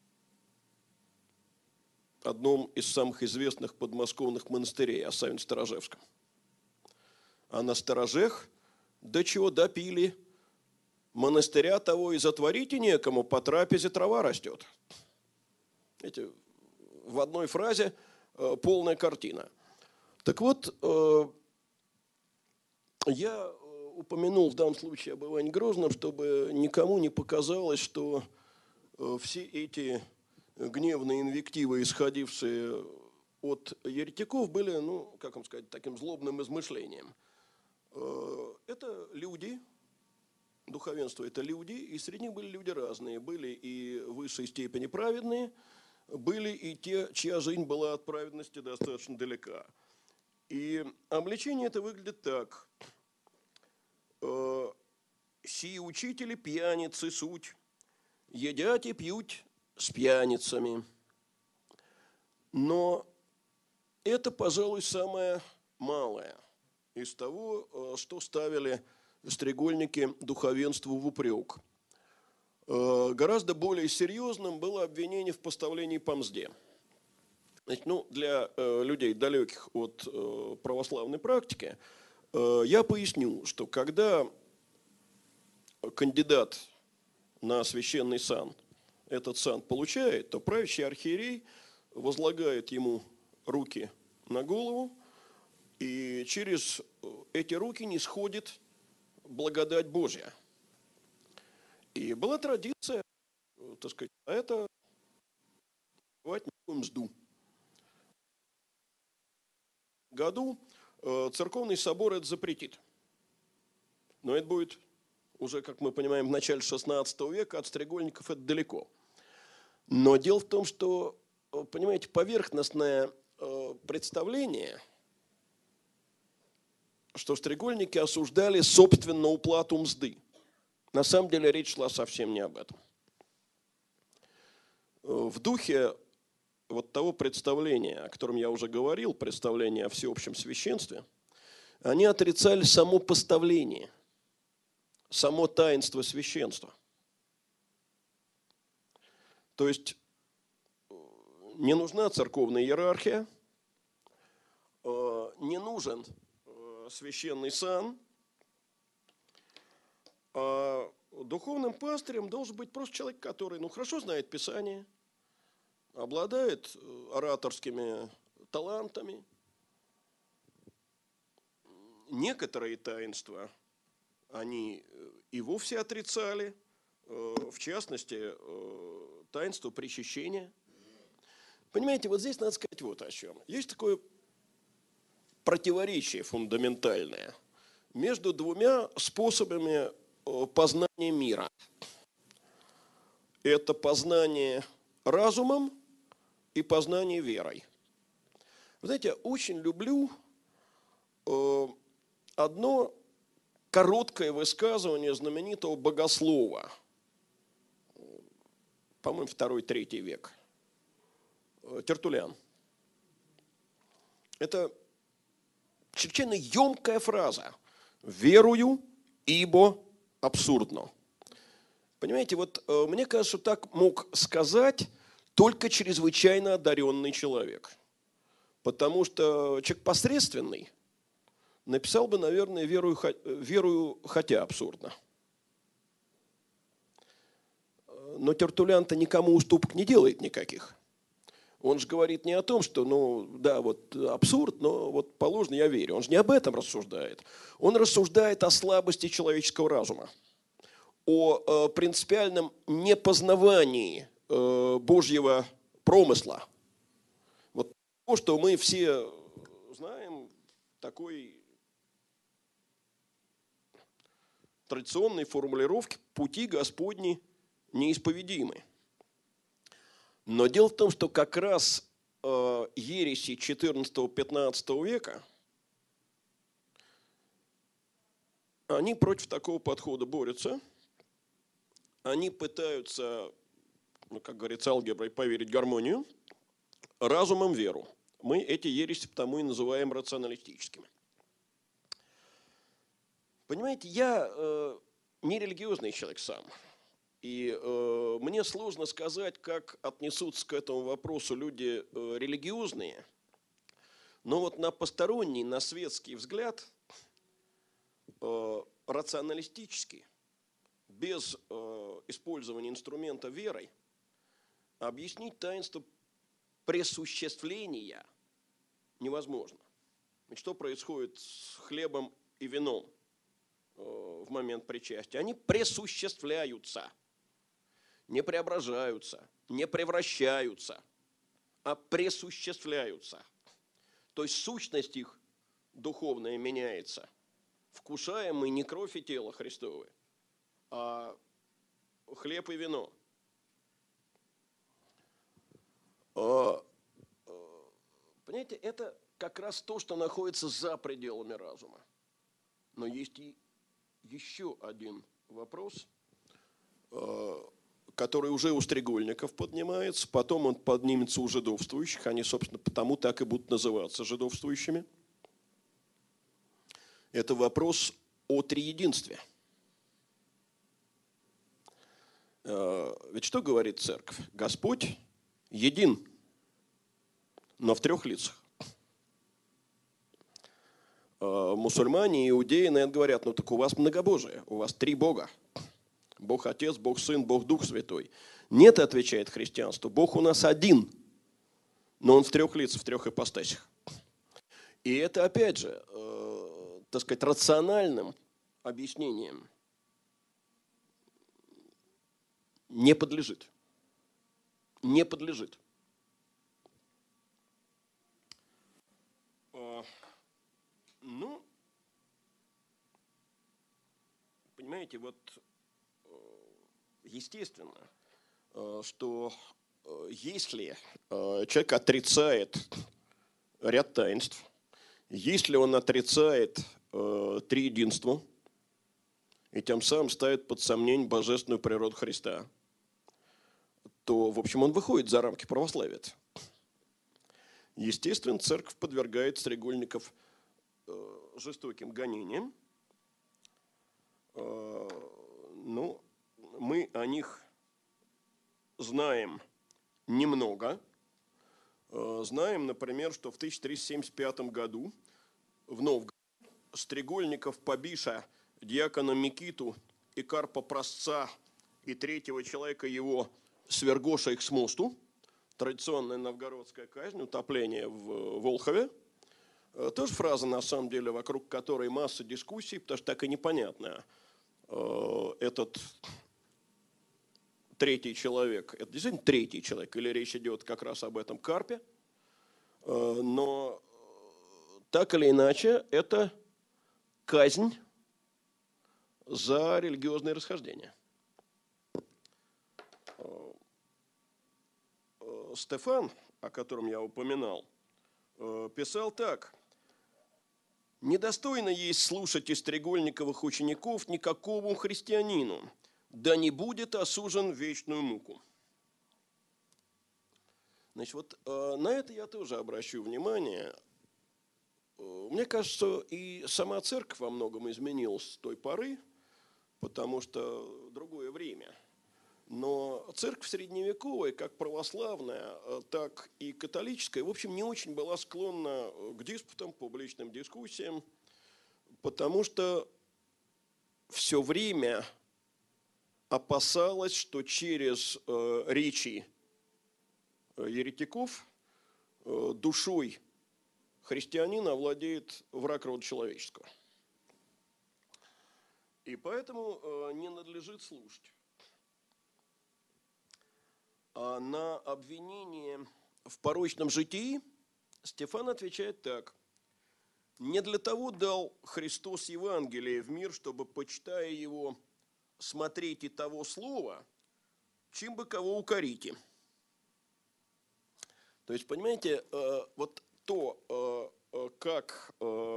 одном из самых известных подмосковных монастырей, о Савино-Сторожевском. А на сторожах до чего допили, монастыря того и затворить и некому, по трапезе трава растет. Видите, в одной фразе полная картина. Так вот, я упомянул в данном случае об Иване Грозном, чтобы никому не показалось, что все эти гневные инвективы, исходившие от еретиков, были, ну, как вам сказать, таким злобным измышлением. Это люди, духовенство – это люди, и среди них были люди разные. Были и в высшей степени праведные, были и те, чья жизнь была от праведности достаточно далека. И обличение это выглядит так. «Сии учители пьяницы суть, едят и пьют с пьяницами». Но это, пожалуй, самое малое из того, что ставили стрегольники духовенству в упрек. Гораздо более серьезным было обвинение в поставлении по мзде. Значит, ну, для э, людей, далеких от э, православной практики, э, я поясню, что когда кандидат на священный сан этот сан получает, то правящий архиерей возлагает ему руки на голову, и через эти руки нисходит благодать Божья. И была традиция, так сказать, а это давать некую мзду. В году церковный собор это запретит. Но это будет уже, как мы понимаем, в начале шестнадцатого века, от стрегольников это далеко. Но дело в том, что, понимаете, поверхностное представление, что стрегольники осуждали собственно уплату мзды. На самом деле речь шла совсем не об этом. В духе вот того представления, о котором я уже говорил, представления о всеобщем священстве, они отрицали само поставление, само таинство священства. То есть не нужна церковная иерархия, не нужен священный сан, а духовным пастырем должен быть просто человек, который, ну, хорошо знает Писание, обладает ораторскими талантами. Некоторые таинства они и вовсе отрицали, в частности, таинство причащения. Понимаете, вот здесь надо сказать вот о чем. Есть такое противоречие фундаментальное между двумя способами познания мира. Это познание разумом и познание верой. Вы знаете, очень люблю э, одно короткое высказывание знаменитого богослова, по-моему, второй-третий век, Тертуллиан. Это чрезвычайно емкая фраза. «Верую, ибо абсурдно». Понимаете, вот э, мне кажется, что так мог сказать только чрезвычайно одаренный человек. Потому что человек посредственный написал бы, наверное, верую, верую хотя абсурдно. Но Тертуллиан-то никому уступок не делает никаких. Он же говорит не о том, что, ну, да, вот абсурд, но вот положено, я верю. Он же не об этом рассуждает. Он рассуждает о слабости человеческого разума, о э, принципиальном непознавании э, Божьего промысла. Вот то, что мы все знаем, такой традиционной формулировки «пути Господни неисповедимы». Но дело в том, что как раз э, ереси четырнадцатого-пятнадцатого века, они против такого подхода борются. Они пытаются, ну, как говорится, алгеброй поверить в гармонию, разумом веру. Мы эти ереси потому и называем рационалистическими. Понимаете, я э, не религиозный человек сам. И э, мне сложно сказать, как отнесутся к этому вопросу люди э, религиозные. Но вот на посторонний, на светский взгляд, э, рационалистически, без э, использования инструмента верой, объяснить таинство пресуществления невозможно. Ведь что происходит с хлебом и вином э, в момент причастия? Они пресуществляются. Не преображаются, не превращаются, а пресуществляются. То есть сущность их духовная меняется. Вкушаем мы не кровь и тело Христовы, а хлеб и вино. Понимаете, это как раз то, что находится за пределами разума. Но есть и еще один вопрос, который уже у стрегольников поднимается, потом он поднимется у жидовствующих, они, собственно, потому так и будут называться жидовствующими. Это вопрос о триединстве. Ведь что говорит церковь? Господь един, но в трех лицах. Мусульмане и иудеи на это говорят, ну так у вас многобожие, у вас три Бога. Бог Отец, Бог Сын, Бог Дух Святой. Нет, отвечает христианство, Бог у нас один, но Он в трех лицах, в трех ипостасях. И это, опять же, э, так сказать, рациональным объяснением не подлежит. Не подлежит. Э, ну, понимаете, вот естественно, что если человек отрицает ряд таинств, если он отрицает триединство и тем самым ставит под сомнение божественную природу Христа, то, в общем, он выходит за рамки православия. Естественно, церковь подвергает стрегольников жестоким гонениям. Ну, мы о них знаем немного. Знаем, например, что в тысяча триста семьдесят пятом году в Новгороде стрегольников побиша дьякона Микиту и Карпа Прасца и третьего человека его свергоша их с мосту. Традиционная новгородская казнь, утопление в Волхове. Тоже фраза, на самом деле, вокруг которой масса дискуссий, потому что так и непонятно. Этот третий человек, это действительно третий человек, или речь идет как раз об этом Карпе, но так или иначе это казнь за религиозные расхождения. Стефан, о котором я упоминал, писал так. «Недостойно есть слушать истрегольниковых учеников никакому христианину, да не будет осужен в вечную муку». Значит, вот на это я тоже обращу внимание. Мне кажется, и сама церковь во многом изменилась с той поры, потому что другое время. Но церковь средневековая, как православная, так и католическая, в общем, не очень была склонна к диспутам, публичным дискуссиям, потому что все время опасалась, что через речи еретиков душой христианина овладеет враг рода человеческого. И поэтому не надлежит слушать. А на обвинение в порочном житии Стефан отвечает так. «Не для того дал Христос Евангелие в мир, чтобы, почитая его, смотреть и того слова, чем бы кого укорите». То есть, понимаете, вот то, как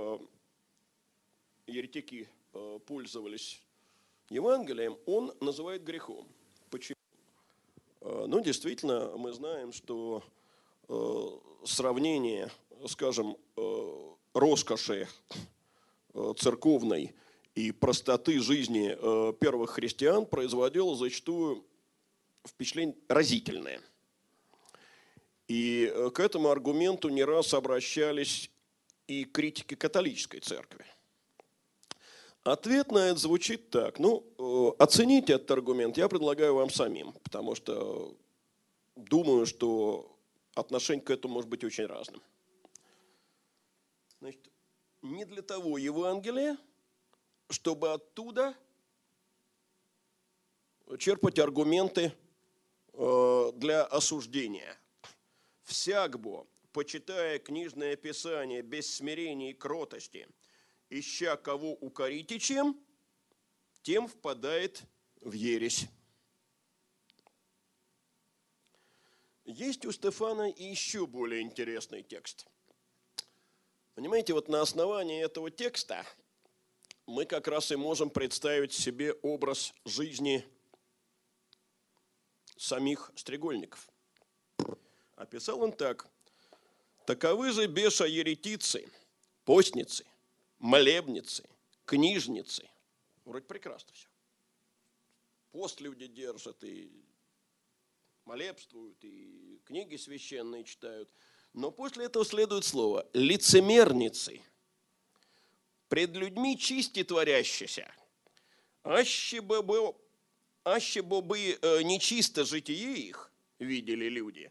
еретики пользовались Евангелием, он называет грехом. Почему? Ну, действительно, мы знаем, что сравнение, скажем, роскоши церковной и простоты жизни первых христиан производило зачастую впечатление разительное. И к этому аргументу не раз обращались и критики католической церкви. Ответ на это звучит так. Ну, оцените этот аргумент я предлагаю вам самим, потому что думаю, что отношение к этому может быть очень разным. Значит, не для того Евангелие, чтобы оттуда черпать аргументы для осуждения. «Всяк бо, почитая книжное писание без смирения и кротости, ища кого укорите чем, тем впадает в ересь». Есть у Стефана и еще более интересный текст. Понимаете, вот на основании этого текста мы как раз и можем представить себе образ жизни самих стрегольников. Описал он так. «Таковы же беша-еретицы, постницы, молебницы, книжницы». Вроде прекрасно все. Пост люди держат, и молебствуют, и книги священные читают. Но после этого следует слово «лицемерницы, пред людьми чисти творящиеся, аще бы, аще бы нечисто житие их видели люди,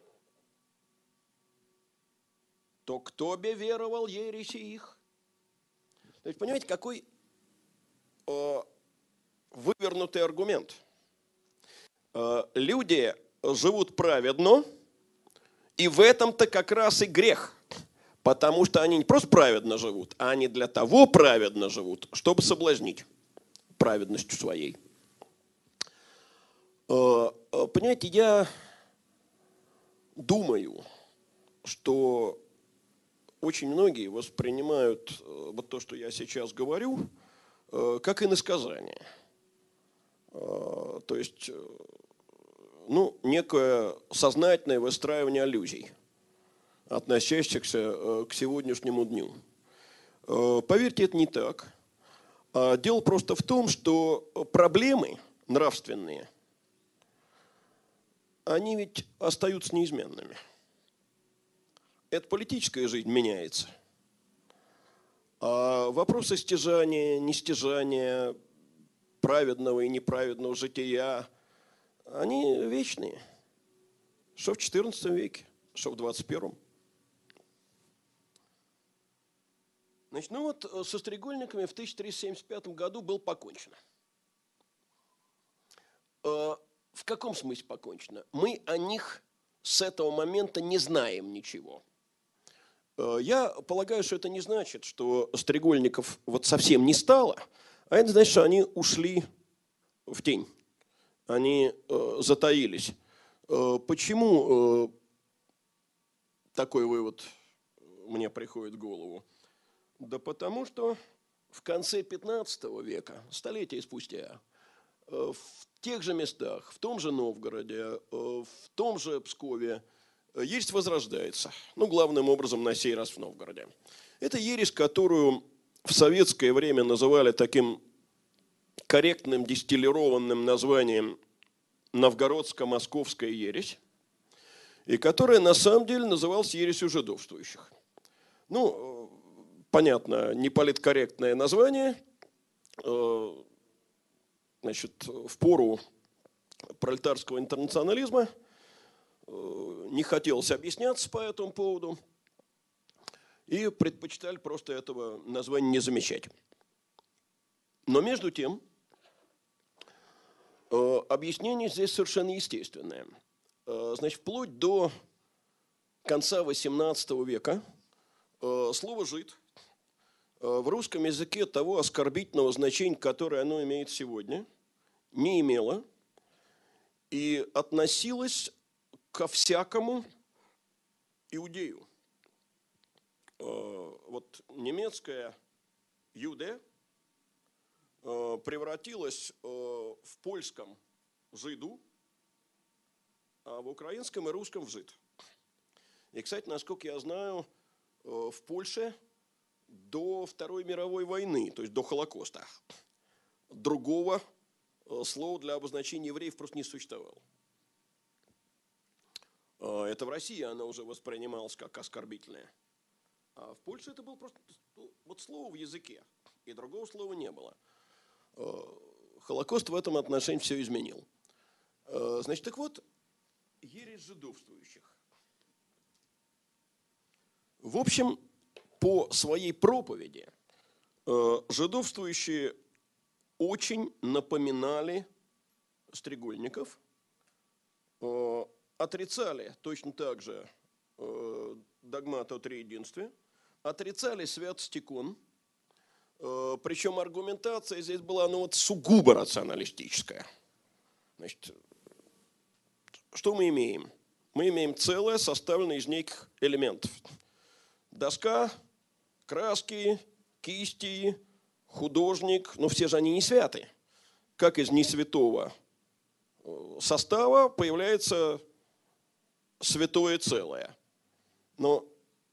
то кто бы веровал ереси их?» То есть, понимаете, какой э, вывернутый аргумент. Э, люди живут праведно, и в этом-то как раз и грех. Потому что они не просто праведно живут, а они для того праведно живут, чтобы соблазнить праведностью своей. Э, понимаете, я думаю, что очень многие воспринимают вот то, что я сейчас говорю, как иносказание. То есть, ну, некое сознательное выстраивание аллюзий, относящихся к сегодняшнему дню. Поверьте, это не так. Дело просто в том, что проблемы нравственные, они ведь остаются неизменными. Эта политическая жизнь меняется. А вопросы стяжания, нестяжания, праведного и неправедного жития, они вечные. Что в четырнадцатом веке, что в двадцать первом. Значит, ну вот со стрегольниками в тысяча триста семьдесят пятом году было покончено. В каком смысле покончено? Мы о них с этого момента не знаем ничего. Я полагаю, что это не значит, что стрегольников вот совсем не стало, а это значит, что они ушли в тень, они затаились. Почему такой вывод мне приходит в голову? Да потому что в конце пятнадцатого века, столетия спустя, в тех же местах, в том же Новгороде, в том же Пскове ересь возрождается. Ну, главным образом, на сей раз в Новгороде. Это ересь, которую в советское время называли таким корректным дистиллированным названием «Новгородско-московская ересь», и которая на самом деле называлась ересью жидовствующих. Ну, понятно, не политкорректное название. Значит, в пору пролетарского интернационализма не хотелось объясняться по этому поводу и предпочитали просто этого названия не замечать. Но между тем, объяснение здесь совершенно естественное. Значит, вплоть до конца восемнадцатого века слово «жид» в русском языке того оскорбительного значения, которое оно имеет сегодня, не имело и относилось ко всякому иудею. Вот немецкая «юде» превратилась в польском «жиду», а в украинском и русском в «жид». И, кстати, насколько я знаю, в Польше до Второй мировой войны, то есть до Холокоста, другого слова для обозначения евреев просто не существовало. Это в России оно уже воспринималось как оскорбительное. А в Польше это было просто вот слово в языке, и другого слова не было. Холокост в этом отношении все изменил. Значит, так вот, ересь жидовствующих. В общем, по своей проповеди жидовствующие очень напоминали стрегольников, отрицали точно так же догмат о триединстве, отрицали святость икон, причем аргументация здесь была ну, вот, сугубо рационалистическая. Значит, что мы имеем? Мы имеем целое, составленное из неких элементов. Доска, краски, кисти, художник, но все же они не святы. Как из несвятого состава появляется святое целое. Но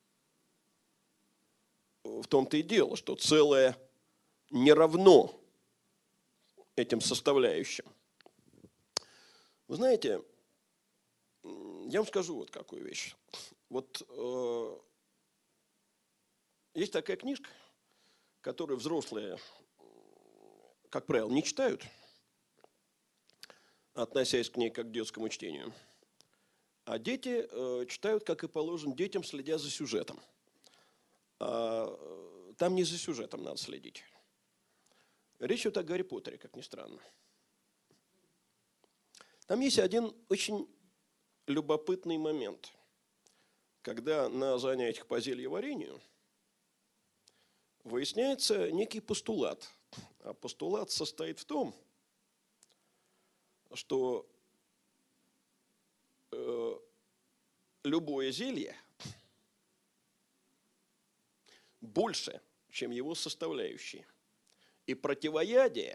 в том-то и дело, что целое не равно этим составляющим. Вы знаете, я вам скажу вот какую вещь. Вот э, есть такая книжка, которую взрослые, как правило, не читают, относясь к ней как к детскому чтению. А дети э, читают, как и положено детям, следя за сюжетом. А там не за сюжетом надо следить. Речь идет о Гарри Поттере, как ни странно. Там есть один очень любопытный момент, когда на занятиях по зельеварению выясняется некий постулат. А постулат состоит в том, что э, любое зелье больше, чем его составляющие. И противоядие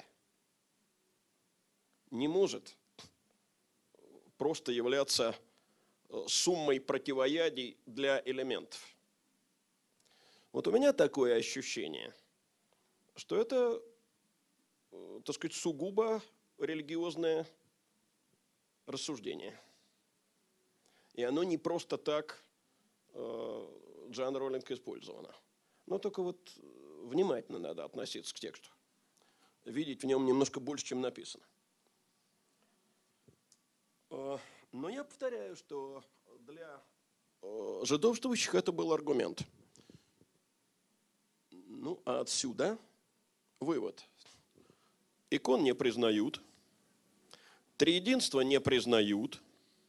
не может просто являться суммой противоядий для элементов. Вот у меня такое ощущение, что это, так сказать, сугубо религиозное рассуждение. И оно не просто так Джоан Роулинг использовано. Но только вот внимательно надо относиться к тексту. Видеть в нем немножко больше, чем написано. Но я повторяю, что для жидовствующих это был аргумент. Ну, а отсюда вывод. Икон не признают, триединство не признают.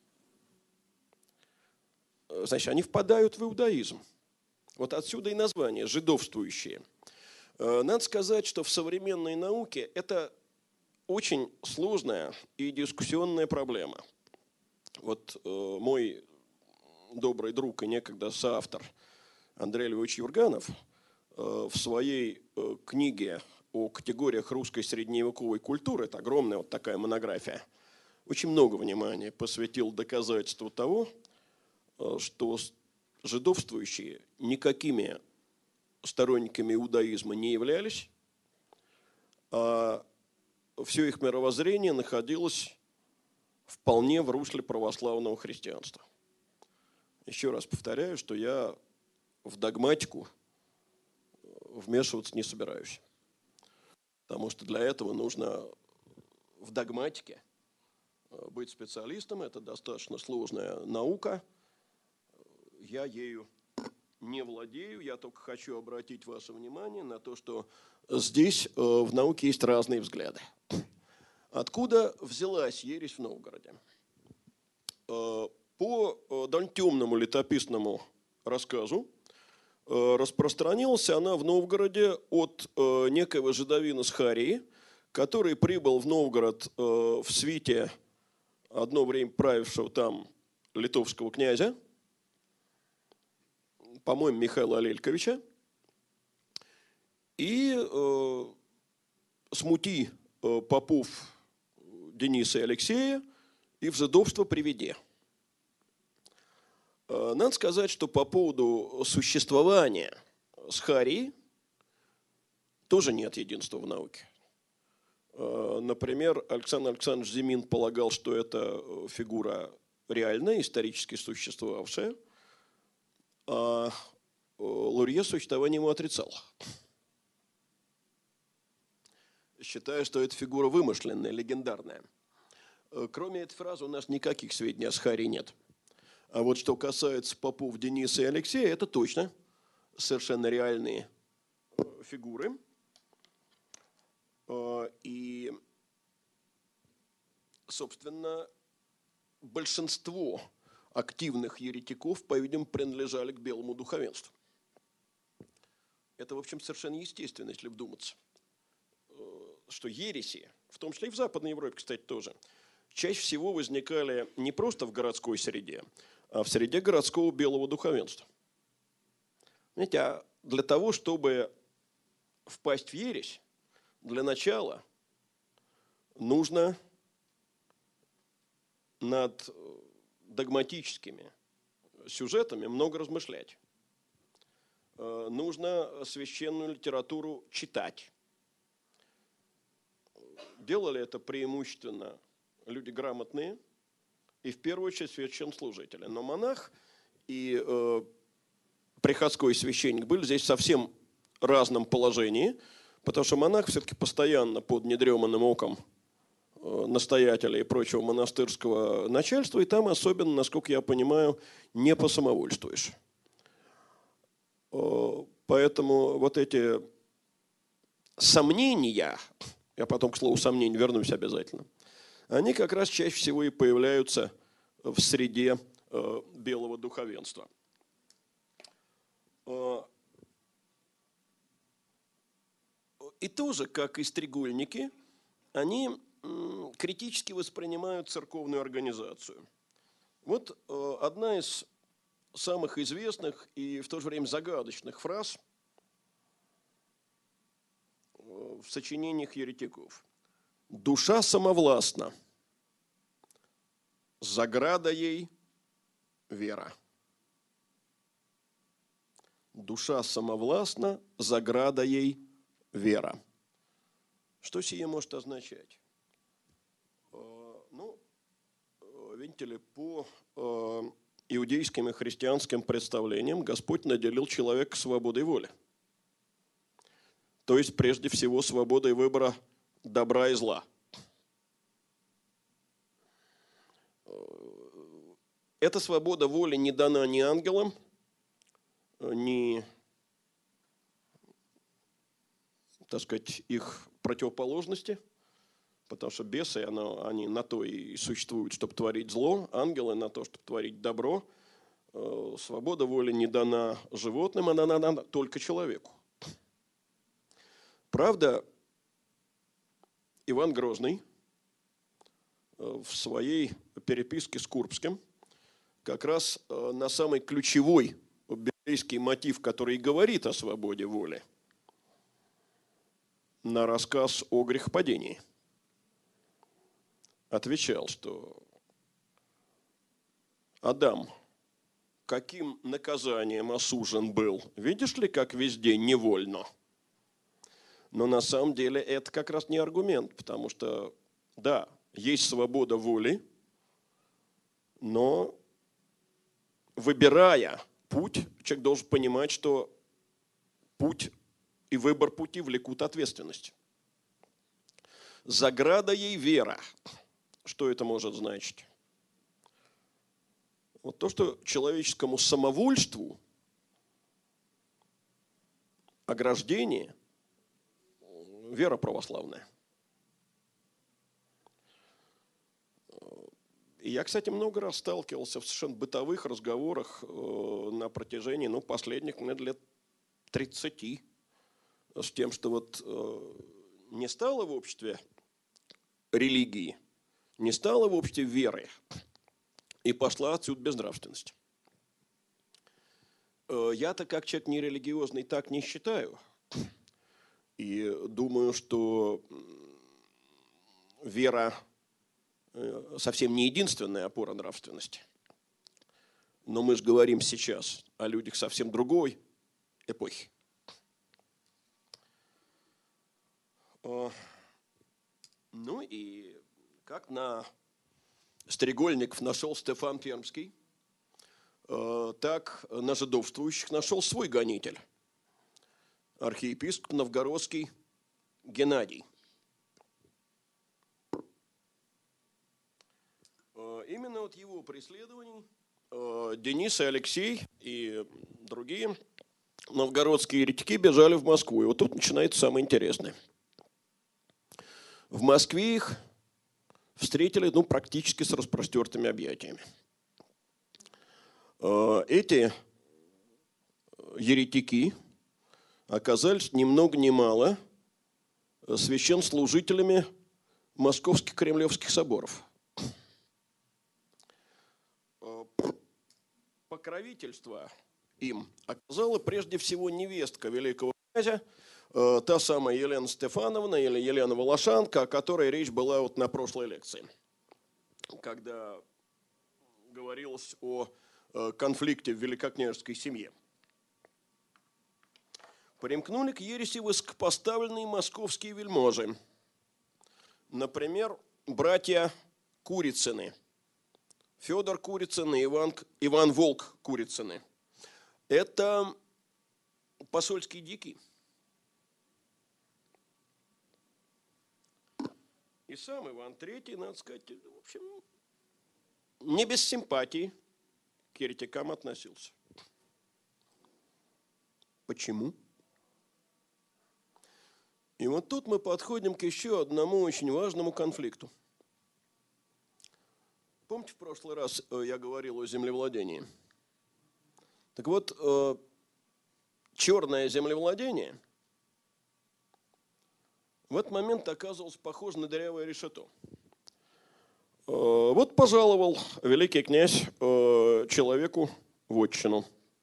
Значит, они впадают в иудаизм. Вот отсюда и название «жидовствующие». Надо сказать, что в современной науке это очень сложная и дискуссионная проблема. Вот мой добрый друг и некогда соавтор Андрей Львович Юрганов в своей книге о категориях русской средневековой культуры, это огромная вот такая монография, очень много внимания посвятил доказательству того, что жидовствующие никакими сторонниками иудаизма не являлись, а все их мировоззрение находилось вполне в русле православного христианства. Еще раз повторяю, что я в догматику вмешиваться не собираюсь. Потому что для этого нужно в догматике быть специалистом. Это достаточно сложная наука. Я ею не владею. Я только хочу обратить ваше внимание на то, что здесь в науке есть разные взгляды. Откуда взялась ересь в Новгороде? По довольно темному летописному рассказу распространилась она в Новгороде от некоего жидовина Схарии, который прибыл в Новгород в свите одно время правившего там литовского князя, по-моему, Михаила Алельковича, и смути попов Дениса и Алексея и в жидовство приведе. Надо сказать, что по поводу существования Схарии тоже нет единства в науке. Например, Александр Александрович Зимин полагал, что это фигура реальная, исторически существовавшая, а Лурье существование ему отрицал, считая, что эта фигура вымышленная, легендарная. Кроме этой фразы у нас никаких сведений о Схарии нет. А вот что касается попов Дениса и Алексея, это точно совершенно реальные фигуры. И, собственно, большинство активных еретиков, по-видимому, принадлежали к белому духовенству. Это, в общем, совершенно естественно, если вдуматься, что ереси, в том числе и в Западной Европе, кстати, тоже, чаще всего возникали не просто в городской среде, а в среде городского белого духовенства. Знаете, а для того, чтобы впасть в ересь, для начала нужно над догматическими сюжетами много размышлять. Нужно священную литературу читать. Делали это преимущественно люди грамотные и, в первую очередь, священнослужители. Но монах и э, приходской священник были здесь в совсем разном положении, потому что монах все-таки постоянно под недреманным оком э, настоятеля и прочего монастырского начальства, и там особенно, насколько я понимаю, не посамовольствуешь. Э, поэтому вот эти сомнения, я потом к слову сомнений вернусь обязательно, они как раз чаще всего и появляются в среде э, белого духовенства. Э, и тоже, как и стрегольники, они э, критически воспринимают церковную организацию. Вот э, одна из самых известных и в то же время загадочных фраз э, в сочинениях еретиков. «Душа самовластна, заграда ей вера». Душа самовластна, заграда ей вера. Что сие может означать? Ну, видите ли, по иудейским и христианским представлениям Господь наделил человека свободой воли. То есть, прежде всего, свободой выбора добра и зла. Эта свобода воли не дана ни ангелам, ни, так сказать, их противоположности, потому что бесы, оно, они на то и существуют, чтобы творить зло, ангелы на то, чтобы творить добро. Свобода воли не дана животным, она дана только человеку. Правда, Иван Грозный в своей переписке с Курбским, как раз на самый ключевой библейский мотив, который говорит о свободе воли, на рассказ о грехопадении. Отвечал, что Адам каким наказанием осужен был? Видишь ли, как везде невольно? Но на самом деле это как раз не аргумент, потому что, да, есть свобода воли, но выбирая путь, человек должен понимать, что путь и выбор пути влекут ответственность. Заграда ей вера. Что это может значить? Вот то, что человеческому самовольству ограждение – вера православная. И я, кстати, много раз сталкивался в совершенно бытовых разговорах на протяжении ну, последних наверное, лет тридцати с тем, что вот не стало в обществе религии, не стало в обществе веры, и пошла отсюда безнравственность. Я-то как человек нерелигиозный так не считаю. И думаю, что вера совсем не единственная опора нравственности. Но мы же говорим сейчас о людях совсем другой эпохи. Ну и как на стрегольников нашел Стефан Пермский, так на жидовствующих нашел свой гонитель, архиепископ новгородский Геннадий. Именно от его преследований Денис и Алексей и другие новгородские еретики бежали в Москву. И вот тут начинается самое интересное. В Москве их встретили ну, практически с распростертыми объятиями. Эти еретики оказались ни много ни мало священнослужителями московских кремлевских соборов. Покровительство им оказала прежде всего невестка великого князя, та самая Елена Стефановна или Елена Волошанка, о которой речь была вот на прошлой лекции, когда говорилось о конфликте в великокняжеской семье. Примкнули к ереси высокопоставленные московские вельможи. Например, братья Курицыны. Федор Курицын и Иван, Иван Волк Курицыны. Это посольские дики. И сам Иван Третий, надо сказать, в общем, не без симпатии к еретикам относился. Почему? И вот тут мы подходим к еще одному очень важному конфликту. Помните, в прошлый раз я говорил о землевладении? Так вот, черное землевладение в этот момент оказывалось похоже на дырявое решето. Вот пожаловал великий князь человеку вотчину.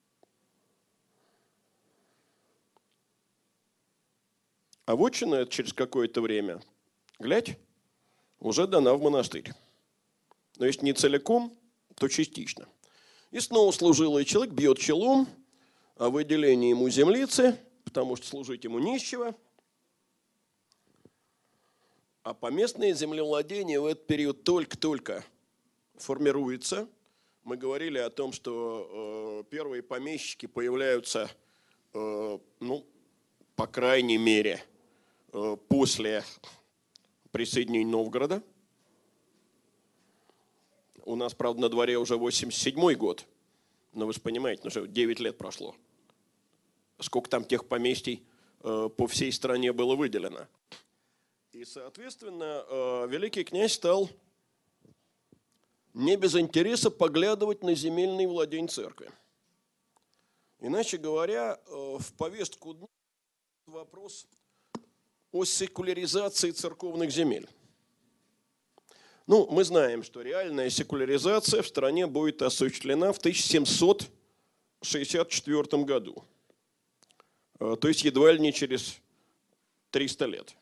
А вотчина это через какое-то время, глядь, уже дана в монастырь. Но если не целиком, то частично. И снова служилый человек бьет челом о выделении ему землицы, потому что служить ему нечего. А поместное землевладение в этот период только-только формируется. Мы говорили о том, что э, первые помещики появляются, э, ну, по крайней мере, э, после присоединения Новгорода. У нас, правда, на дворе уже восемьдесят седьмой год. Но вы же понимаете, уже девять лет прошло. Сколько там тех поместий э, по всей стране было выделено. И, соответственно, э, великий князь стал не без интереса поглядывать на земельные владения церкви. Иначе говоря, э, в повестку дня вопрос о секуляризации церковных земель. Ну, мы знаем, что реальная секуляризация в стране будет осуществлена в тысяча семьсот шестьдесят четвёртом году. То есть едва ли не через триста лет.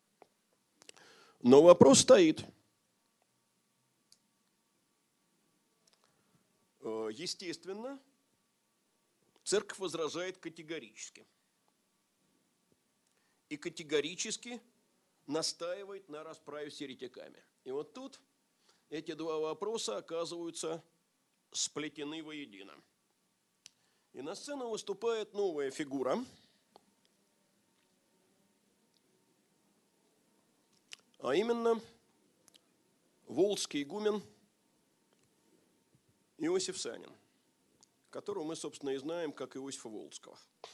Но вопрос стоит. Естественно, церковь возражает категорически. И категорически настаивает на расправе с еретиками. И вот тут эти два вопроса оказываются сплетены воедино. И на сцену выступает новая фигура, а именно волжский игумен Иосиф Санин, которого мы, собственно, и знаем как Иосифа Волжского.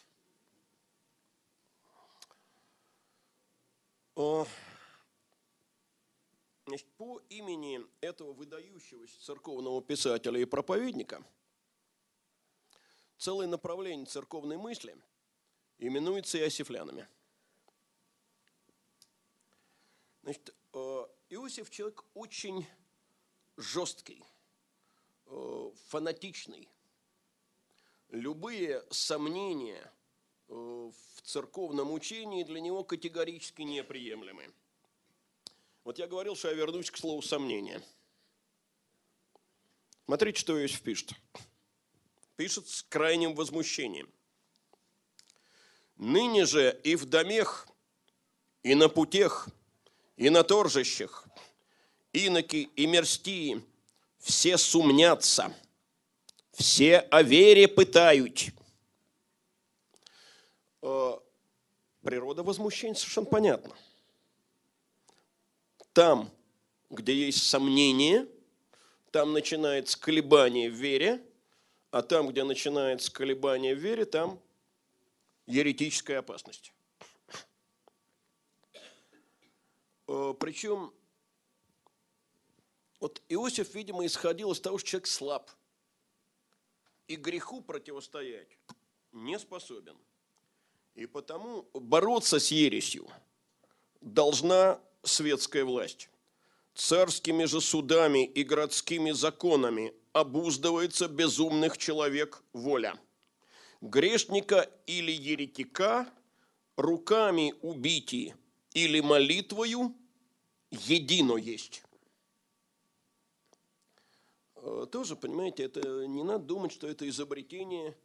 Значит, по имени этого выдающегося церковного писателя и проповедника целое направление церковной мысли именуется иосифлянами. Значит, Иосиф человек очень жесткий, фанатичный. Любые сомнения в церковном учении для него категорически неприемлемы. Вот я говорил, что я вернусь к слову «сомнения». Смотрите, что Иосиф пишет. Пишет с крайним возмущением. «Ныне же и в домех, и на путях, и на торжищах, иноки и мерстии все сумнятся, все о вере пытают». Природа возмущения совершенно понятна. Там, где есть сомнение, там начинается колебание в вере, а там, где начинается колебание в вере, там еретическая опасность. Причем вот Иосиф, видимо, исходил из того, что человек слаб и греху противостоять не способен. И потому бороться с ересью должна светская власть. Царскими же судами и городскими законами обуздывается безумных человек воля. Грешника или еретика руками убити или молитвою едино есть. Тоже, понимаете, это не надо думать, что это изобретение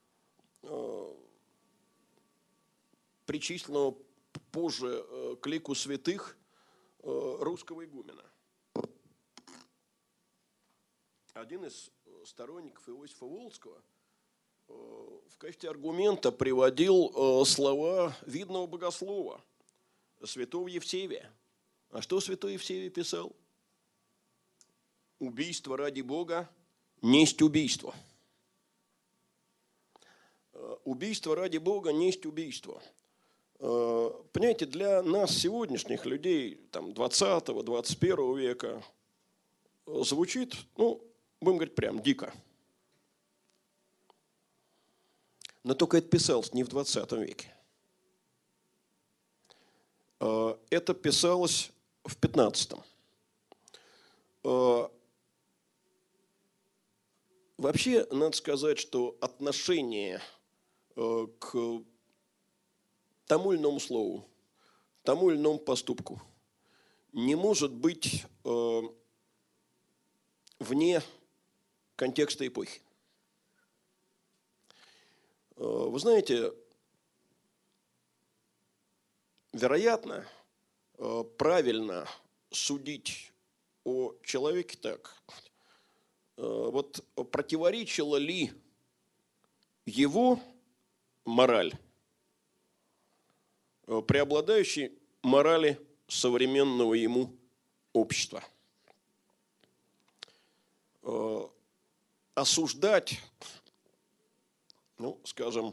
причисленного позже к лику святых русского игумена. Один из сторонников Иосифа Волжского в качестве аргумента приводил слова видного богослова святого Евсевия. А что святой Евсевий писал? Убийство ради Бога несть убийство. Убийство ради Бога несть убийство. Понимаете, для нас, сегодняшних людей, там, двадцатого, двадцать первого века, звучит, ну, будем говорить прям, дико. Но только это писалось не в двадцатом веке. Это писалось в пятнадцатом. Вообще, надо сказать, что отношение к тому или иному слову, тому или иному поступку не может быть э, вне контекста эпохи. Э, вы знаете, вероятно, э, правильно судить о человеке так. Э, вот противоречила ли его мораль преобладающей морали современного ему общества. Осуждать, ну, скажем,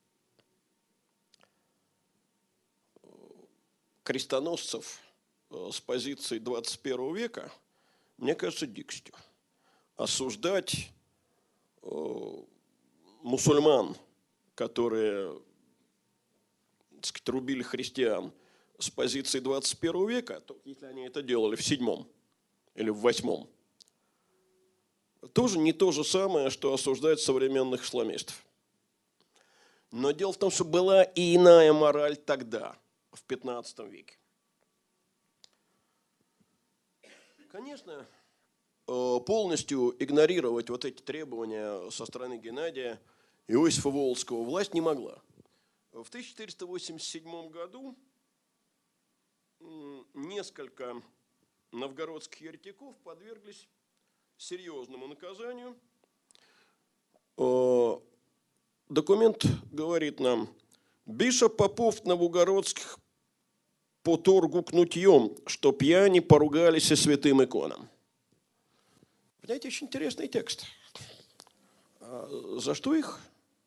крестоносцев с позиции двадцать первого века, мне кажется, дикостью. Осуждать мусульман, которые, так сказать, рубили христиан с позиции двадцать первого века, то, если они это делали в седьмом, или в восьмом. Тоже не то же самое, что осуждать современных исламистов. Но дело в том, что была и иная мораль тогда, в пятнадцатом веке. Конечно, полностью игнорировать вот эти требования со стороны Геннадия Иосифа Волоцкого власть не могла. В тысяча четыреста восемьдесят седьмом году несколько новгородских еретиков подверглись серьезному наказанию. Документ говорит нам: «Бишоп Попов новгородских по торгу кнутьем, что пьяни поругались и святым иконам». Понимаете, очень интересный текст. А за что их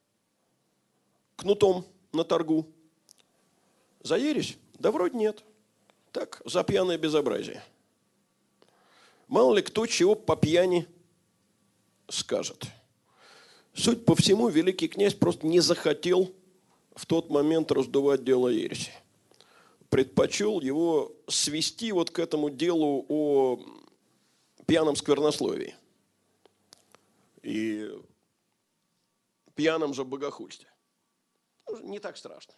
кнутом на торгу? За ересь? Да вроде нет. Так, за пьяное безобразие. Мало ли кто чего по пьяни скажет. Суть по всему, великий князь просто не захотел в тот момент раздувать дело ереси. Предпочел его свести вот к этому делу о пьяном сквернословии и пьяном же богохульстве. Не так страшно.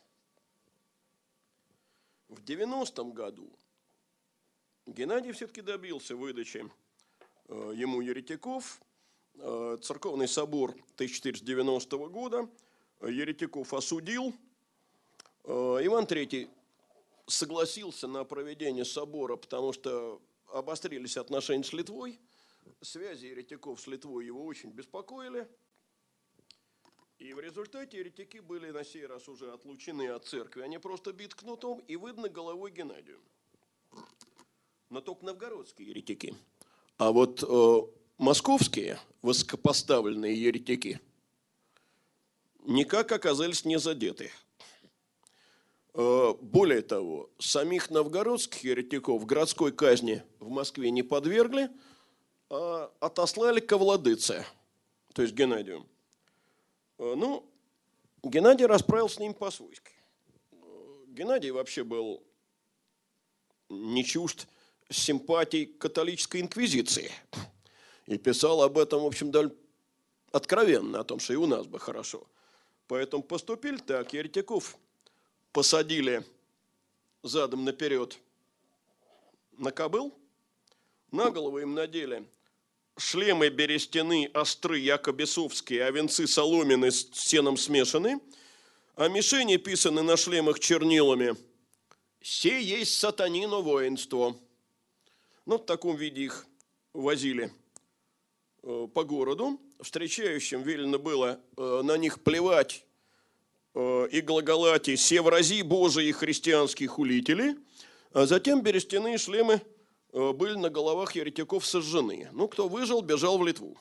В девяностом году Геннадий все-таки добился выдачи э, ему еретиков. Э, Церковный собор тысяча четыреста девяностого года еретиков осудил. Э, Иван Третий согласился на проведение собора, потому что обострились отношения с Литвой. Связи еретиков с Литвой его очень беспокоили. И в результате еретики были на сей раз уже отлучены от церкви. Они просто бит кнутом и выданы головой Геннадию. Но только новгородские еретики. А вот э, московские высокопоставленные еретики никак оказались не задеты. Э, более того, самих новгородских еретиков городской казни в Москве не подвергли, а отослали ко владыце, то есть Геннадию. Ну, Геннадий расправился с ним по-свойски. Геннадий вообще был не чужд симпатий к католической инквизиции. И писал об этом, в общем, довольно откровенно, о том, что и у нас бы хорошо. Поэтому поступили так. Еретиков посадили задом наперед на кобыл, на голову им надели шлемы берестяны, остры, яко бесовские, а венцы соломенные с сеном смешаны, а мишени писаны на шлемах чернилами. «Се есть сатанино воинство». Ну, в таком виде их возили по городу. Встречающим велено было на них плевать и глаголать: «Се врази Божии христианские хулители». А затем берестяные шлемы были на головах еретиков сожжены. Ну, кто выжил, бежал в Литву.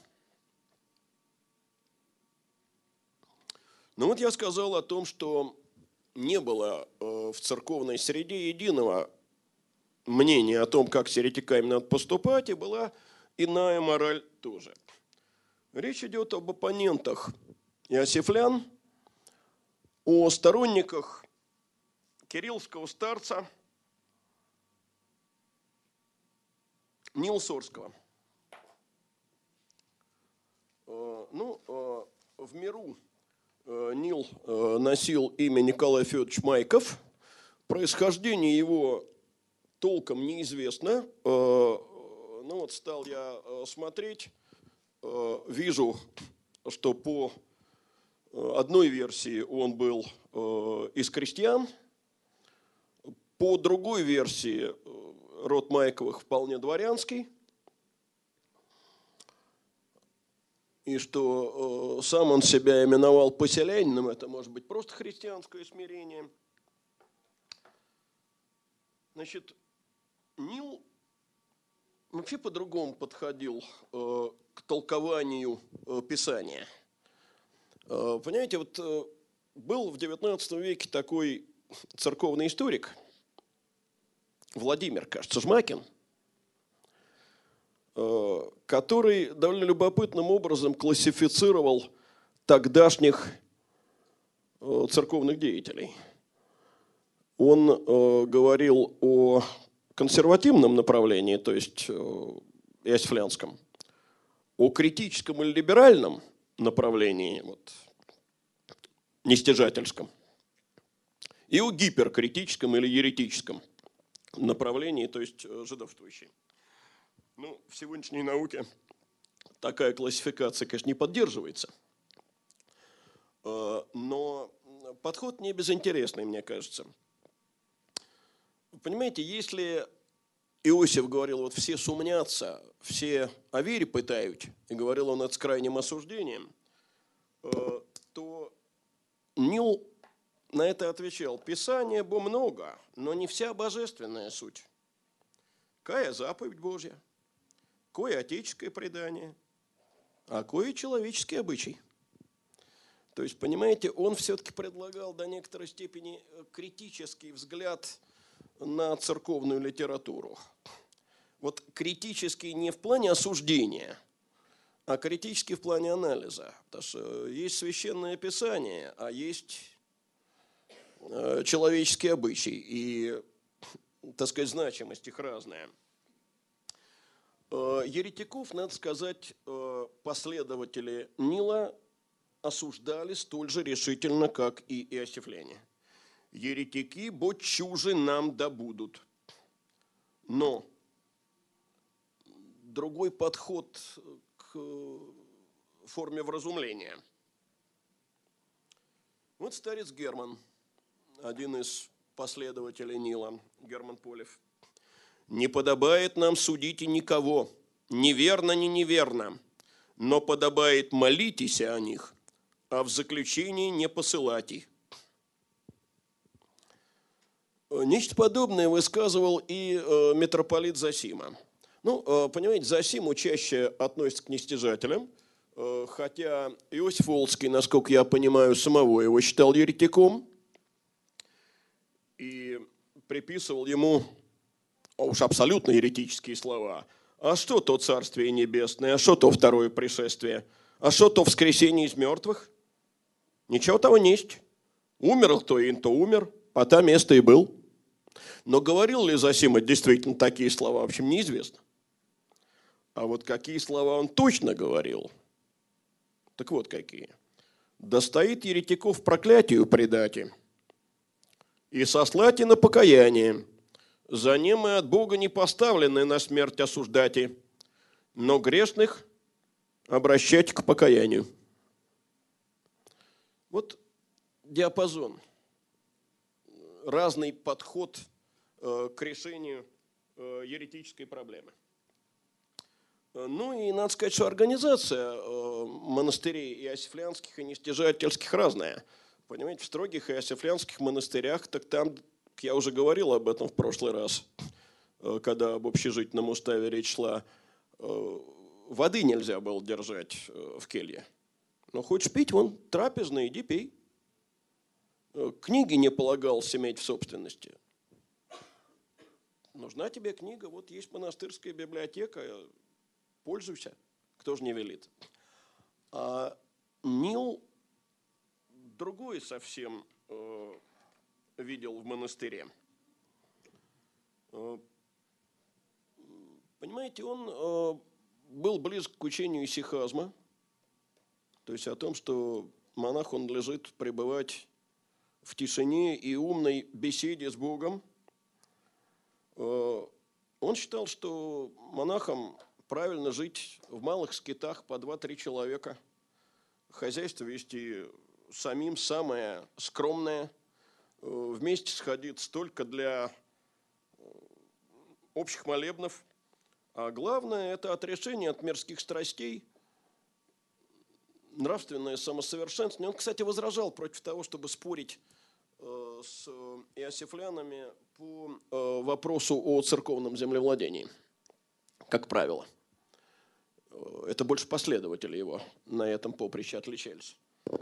Ну, вот я сказал о том, что не было в церковной среде единого мнения о том, как с еретиками надо поступать, и была иная мораль тоже. Речь идет об оппонентах иосифлян, о сторонниках кириллского старца Нила Сорского. Ну, в миру Нил носил имя Николай Федорович Майков. Происхождение его толком неизвестно. Ну вот стал я смотреть, вижу, что по одной версии он был из крестьян, по другой версии род Майковых вполне дворянский, и что сам он себя именовал поселянином, это может быть просто христианское смирение. Значит, Нил вообще по-другому подходил к толкованию Писания. Понимаете, вот был в девятнадцатом веке такой церковный историк Владимир, кажется, Жмакин, который довольно любопытным образом классифицировал тогдашних церковных деятелей. Он говорил о консервативном направлении, то есть иосифлянском, о критическом или либеральном направлении, вот, нестяжательском, и о гиперкритическом или еретическом направлении, то есть жидовствующем. Ну, в сегодняшней науке такая классификация, конечно, не поддерживается, но подход не безинтересный, мне кажется. Понимаете, если Иосиф говорил, вот все сумнятся, все о вере пытают, и говорил он это с крайним осуждением, то Нил на это отвечал: Писания бо много, но не вся божественная суть. Кая заповедь Божья, кое отеческое предание, а кое человеческий обычай. То есть, понимаете, он все-таки предлагал до некоторой степени критический взгляд на церковную литературу. Вот критический не в плане осуждения, а критический в плане анализа. Потому что есть священное писание, а есть человеческие обычаи. И, так сказать, значимость их разная. Еретиков, надо сказать, последователи Нила осуждали столь же решительно, как и иосифляне. Еретики, бо чужи нам да будут. Но другой подход к форме вразумления. Вот старец Герман, один из последователей Нила, Герман Полев. «Не подобает нам судить и никого, ни верно, ни неверно, но подобает молитесь о них, а в заключении не посылать их». Нечто подобное высказывал и митрополит Зосима. Ну, понимаете, Зосиму чаще относится к нестяжателям, хотя Иосиф Волжский, насколько я понимаю, самого его считал еретиком и приписывал ему уж абсолютно еретические слова. А что то Царствие Небесное, а что то второе пришествие, а что то воскресение из мертвых? Ничего того не есть. Умер кто и то умер, а там место и был. Но говорил ли Зосима действительно такие слова, в общем, неизвестно. А вот какие слова он точно говорил, так вот какие. «Да стоит еретиков проклятию предати, и сослати на покаяние, за ним и от Бога не поставлены на смерть осуждати, но грешных обращать к покаянию». Вот диапазон, разный подход к решению еретической проблемы. Ну и надо сказать, что организация монастырей иосифлянских и нестяжательских разная. Понимаете, в строгих иосифлянских монастырях, так там, я уже говорил об этом в прошлый раз, когда об общежитном уставе речь шла, воды нельзя было держать в келье. Но хочешь пить, вон трапезная, иди пей. Книги не полагалось иметь в собственности. Нужна тебе книга, вот есть монастырская библиотека, пользуйся, кто же не велит. А Нил другой совсем э, видел в монастыре. Э, понимаете, он э, был близок к учению исихазма, то есть о том, что монаху надлежит пребывать в тишине и умной беседе с Богом. Э, он считал, что монахам правильно жить в малых скитах по два-три человека, хозяйство вести самим самое скромное, вместе сходиться только для общих молебнов. А главное – это отрешение от мирских страстей, нравственное самосовершенствование. Он, кстати, возражал против того, чтобы спорить с иосифлянами по вопросу о церковном землевладении, как правило. Это больше последователи его на этом поприще отличались.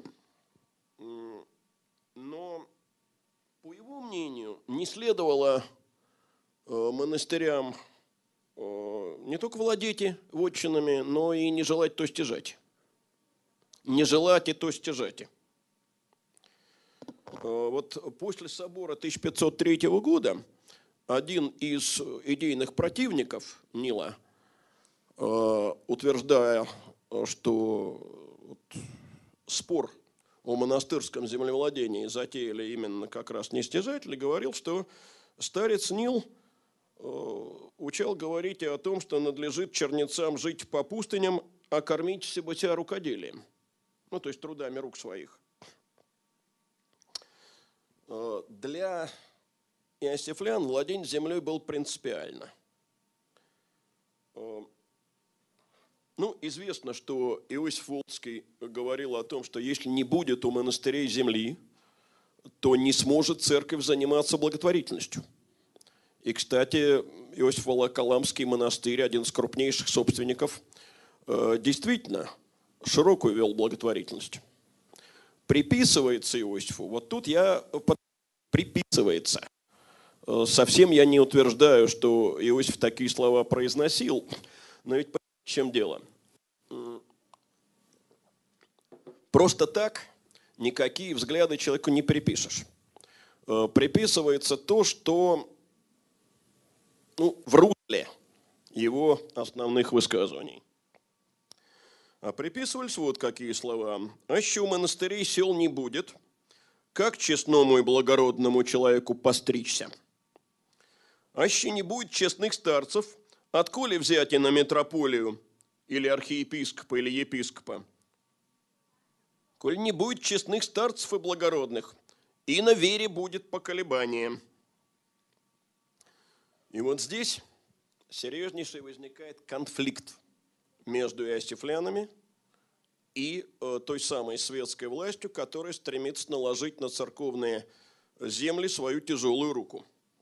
Но, по его мнению, не следовало монастырям не только владеть вотчинами, но и не желать то стяжать. Не желать и то стяжать. Вот после собора тысяча пятьсот третьего года один из идейных противников Нила утверждая, что спор о монастырском землевладении затеяли именно как раз нестяжатели, говорил, что старец Нил учал говорить о том, что надлежит чернецам жить по пустыням, а кормить себя рукоделием, ну, то есть трудами рук своих. Для иосифлян владение землей был принципиально. Ну, известно, что Иосиф Волжский говорил о том, что если не будет у монастырей земли, то не сможет церковь заниматься благотворительностью. И, кстати, Иосиф Волоколамский монастырь, один из крупнейших собственников, действительно широкую вел благотворительность. Приписывается Иосифу, вот тут я приписывается. Совсем я не утверждаю, что Иосиф такие слова произносил, но ведь в чем дело? Просто так никакие взгляды человеку не припишешь. Приписывается то, что ну, в русле его основных высказываний. А приписывались вот какие слова. «Аще у монастырей сел не будет, как честному и благородному человеку постричься? Аще не будет честных старцев, отколе взять и на метрополию или архиепископа или епископа? Коль не будет честных старцев и благородных, и на вере будет поколебание». И вот здесь серьезнейший возникает конфликт между иосифлянами и э, той самой светской властью, которая стремится наложить на церковные земли свою тяжелую руку.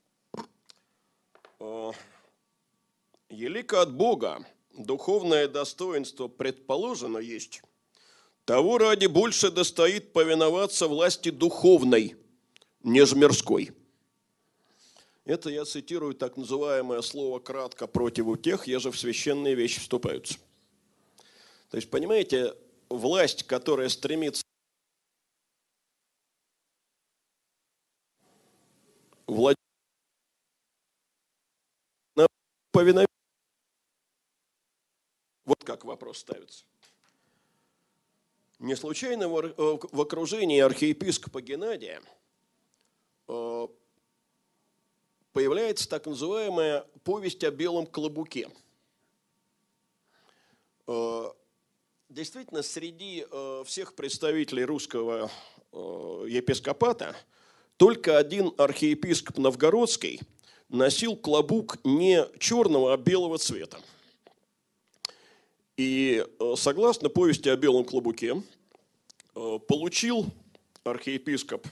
Э, «Елико от Бога духовное достоинство предположено есть, того ради больше достоит повиноваться власти духовной, неж мирской». Это я цитирую так называемое слово кратко против утех, еже в священные вещи вступаются. То есть, понимаете, власть, которая стремится владеть на повиновение, вот как вопрос ставится. Не случайно в окружении архиепископа Геннадия появляется так называемая повесть о белом клобуке. Действительно, среди всех представителей русского епископата только один архиепископ Новгородский носил клобук не черного, а белого цвета. И согласно повести о белом клобуке, получил архиепископ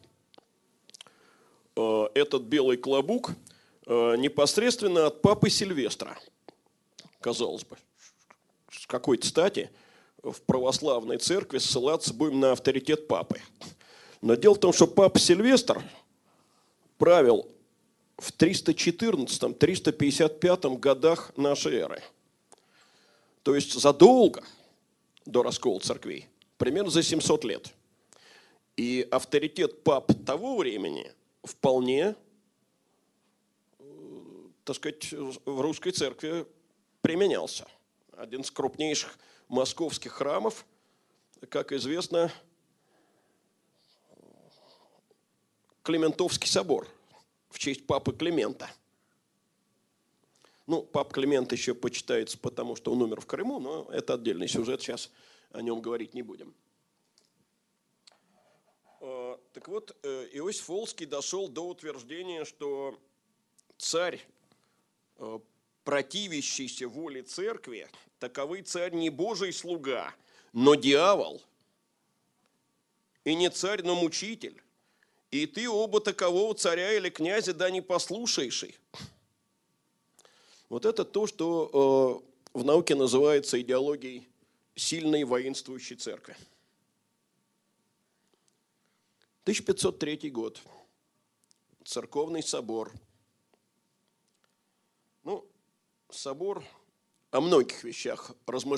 этот белый клобук непосредственно от папы Сильвестра. Казалось бы, с какой-то стати в православной церкви ссылаться будем на авторитет папы. Но дело в том, что папа Сильвестр правил в триста четырнадцатом — триста пятьдесят пятом годах нашей эры. То есть задолго до раскола церквей, примерно за семьсот лет. И авторитет пап того времени вполне, так сказать, в русской церкви применялся. Один из крупнейших московских храмов, как известно, Климентовский собор в честь папы Климента. Ну, папа Климент еще почитается, потому что он умер в Крыму, но это отдельный сюжет, сейчас о нем говорить не будем. Так вот, Иосиф Волжский дошел до утверждения, что царь, противящийся воле церкви, таковый царь не Божий слуга, но дьявол, и не царь, но мучитель, и ты оба такового царя или князя да не послушаешься. Вот это то, что в науке называется идеологией сильной воинствующей церкви. тысяча пятьсот третий год. Церковный собор. Ну, собор о многих вещах размышлял.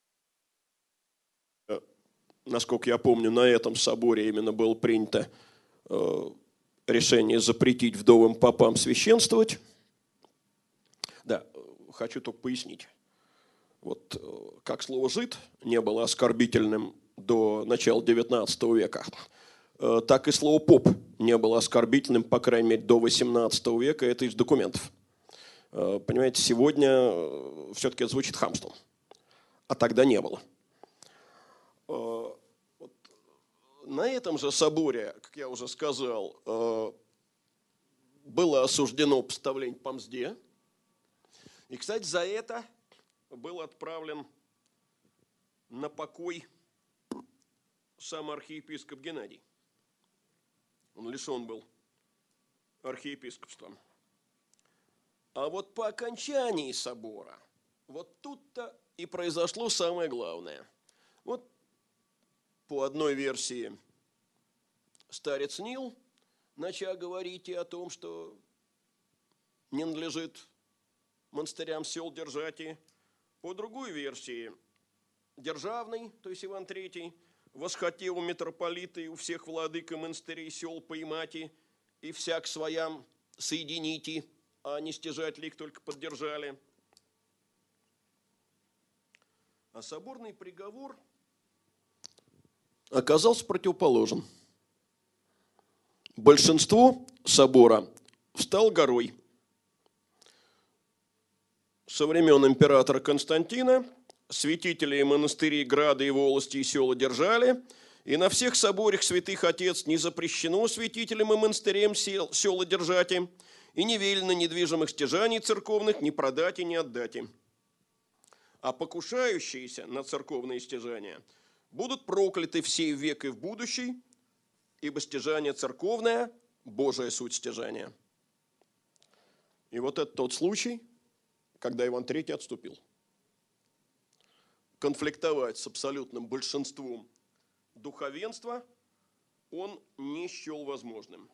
Насколько я помню, на этом соборе именно было принято решение запретить вдовым попам священствовать. Да, хочу только пояснить. Вот как слово «жид» не было оскорбительным до начала девятнадцатого века, так и слово «поп» не было оскорбительным, по крайней мере, до восемнадцатого века. Это из документов. Понимаете, сегодня все-таки это звучит хамством, а тогда не было. На этом же соборе, как я уже сказал, было осуждено поставление по мзде. И, кстати, за это был отправлен на покой сам архиепископ Геннадий. Он лишен был архиепископства. А вот по окончании собора, вот тут-то и произошло самое главное. Вот по одной версии старец Нил, начал говорить и о том, что не надлежит монастырям сел держать, и по другой версии Державный, то есть Иван Третий, восхотел у митрополита и у всех владык и монастырей сел поймать и всяк своям соедините, а не стяжатели их только поддержали. А соборный приговор оказался противоположен. Большинство собора встал горой. Со времен императора Константина святители монастырей, грады и волости и села держали, и на всех соборах святых отец не запрещено святителям и монастырям сел, села держать, и не велено недвижимых стяжаний церковных ни продать и не отдать им. А покушающиеся на церковные стяжания будут прокляты в сей век и в будущий, ибо стяжание церковное – Божия суть стяжания. И вот это тот случай, когда Иван Третий отступил. Конфликтовать с абсолютным большинством духовенства он не счел возможным.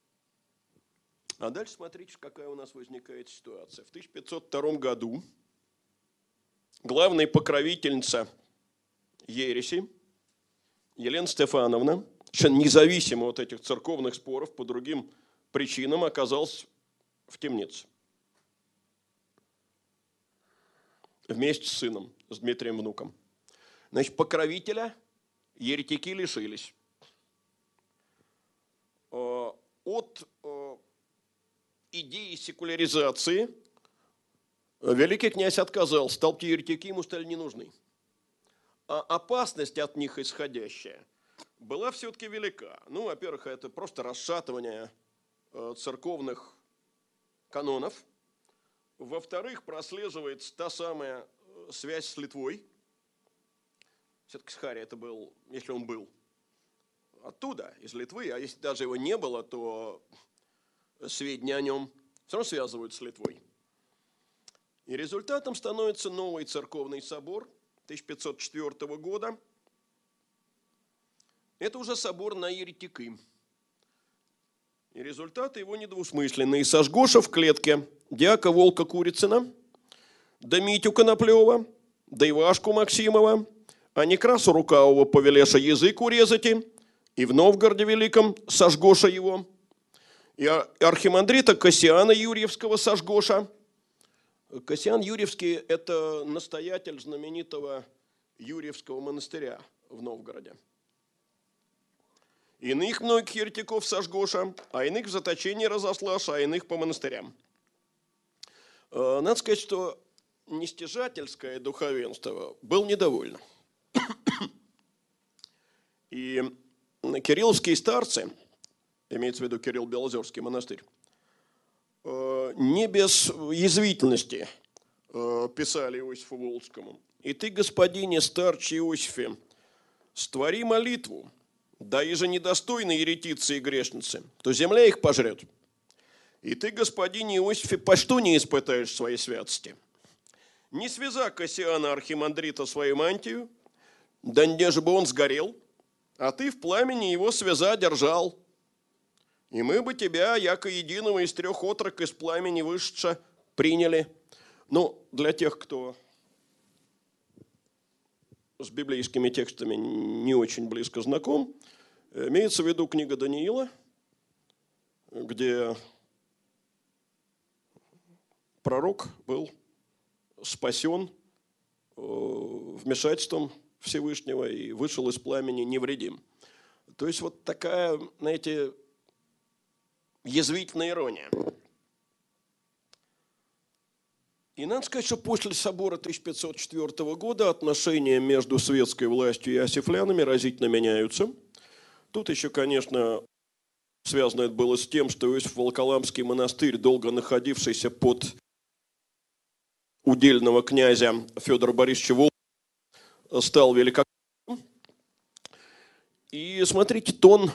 А дальше смотрите, какая у нас возникает ситуация. В тысяча пятьсот втором году главная покровительница ереси Елена Стефановна, независимо от этих церковных споров, по другим причинам оказалась в темнице. Вместе с сыном, с Дмитрием внуком. Значит, покровителя еретики лишились. От идеи секуляризации великий князь отказался, толпе еретики ему стали не нужны. А опасность от них исходящая была все-таки велика. Ну, во-первых, это просто расшатывание церковных канонов. Во-вторых, прослеживается та самая связь с Литвой. Все-таки Схарий это был, если он был оттуда, из Литвы, а если даже его не было, то сведения о нем все равно связывают с Литвой. И результатом становится новый церковный собор тысяча пятьсот четвёртого года. Это уже собор на еретики. И результаты его недвусмысленные. Сожгоша в клетке дьяка Волка Курицына, да Митю Коноплева, да Ивашку Максимова, а Некрасу Рукавого повелеша язык урезать, и в Новгороде Великом сожгоша его, и архимандрита Кассиана Юрьевского сожгоша. Кассиан Юрьевский – это настоятель знаменитого Юрьевского монастыря в Новгороде. Иных многих еретиков сожгоша, а иных в заточении разослаша, а иных по монастырям. Надо сказать, что нестяжательское духовенство было недовольно. И кирилловские старцы, имеется в виду Кирилл-Белозерский монастырь, не без язвительности писали Иосифу Волжскому: «И ты, господине старче Иосифе, створи молитву, да и же недостойны еретицы и грешницы, то земля их пожрет. И ты, господине Иосифе, по что не испытаешь своей святости? Не связа Кассиана архимандрита свою мантию, да не же бы он сгорел, а ты в пламени его связа держал. И мы бы тебя, яко единого из трех отрок из пламени вышедша, приняли». Ну, для тех, кто с библейскими текстами не очень близко знаком, имеется в виду книга Даниила, где пророк был спасен вмешательством Всевышнего и вышел из пламени невредим. То есть вот такая, знаете, язвительная ирония. И надо сказать, что после собора тысяча пятьсот четвёртого года отношения между светской властью и иосифлянами разительно меняются. Тут еще, конечно, связано это было с тем, что Иосиф Волоколамский монастырь, долго находившийся под удельного князя Федора Борисовича Волкова, стал великокняжем. И смотрите, тон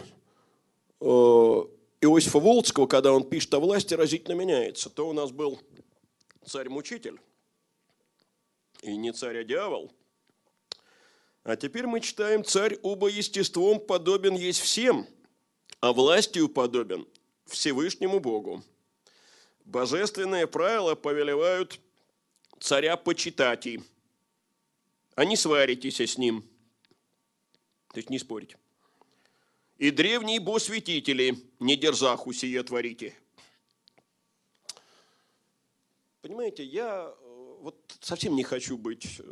Иосифа Волоцкого, когда он пишет о власти, разительно меняется. То у нас был царь-мучитель, и не царь, а дьявол. А теперь мы читаем: царь убо естеством подобен есть всем, а властью подобен Всевышнему Богу. Божественные правила повелевают царя почитать, а не сваритесь с ним, то есть не спорить. И древние бо-святители, не дерзаху сие творите. Понимаете, я вот совсем не хочу быть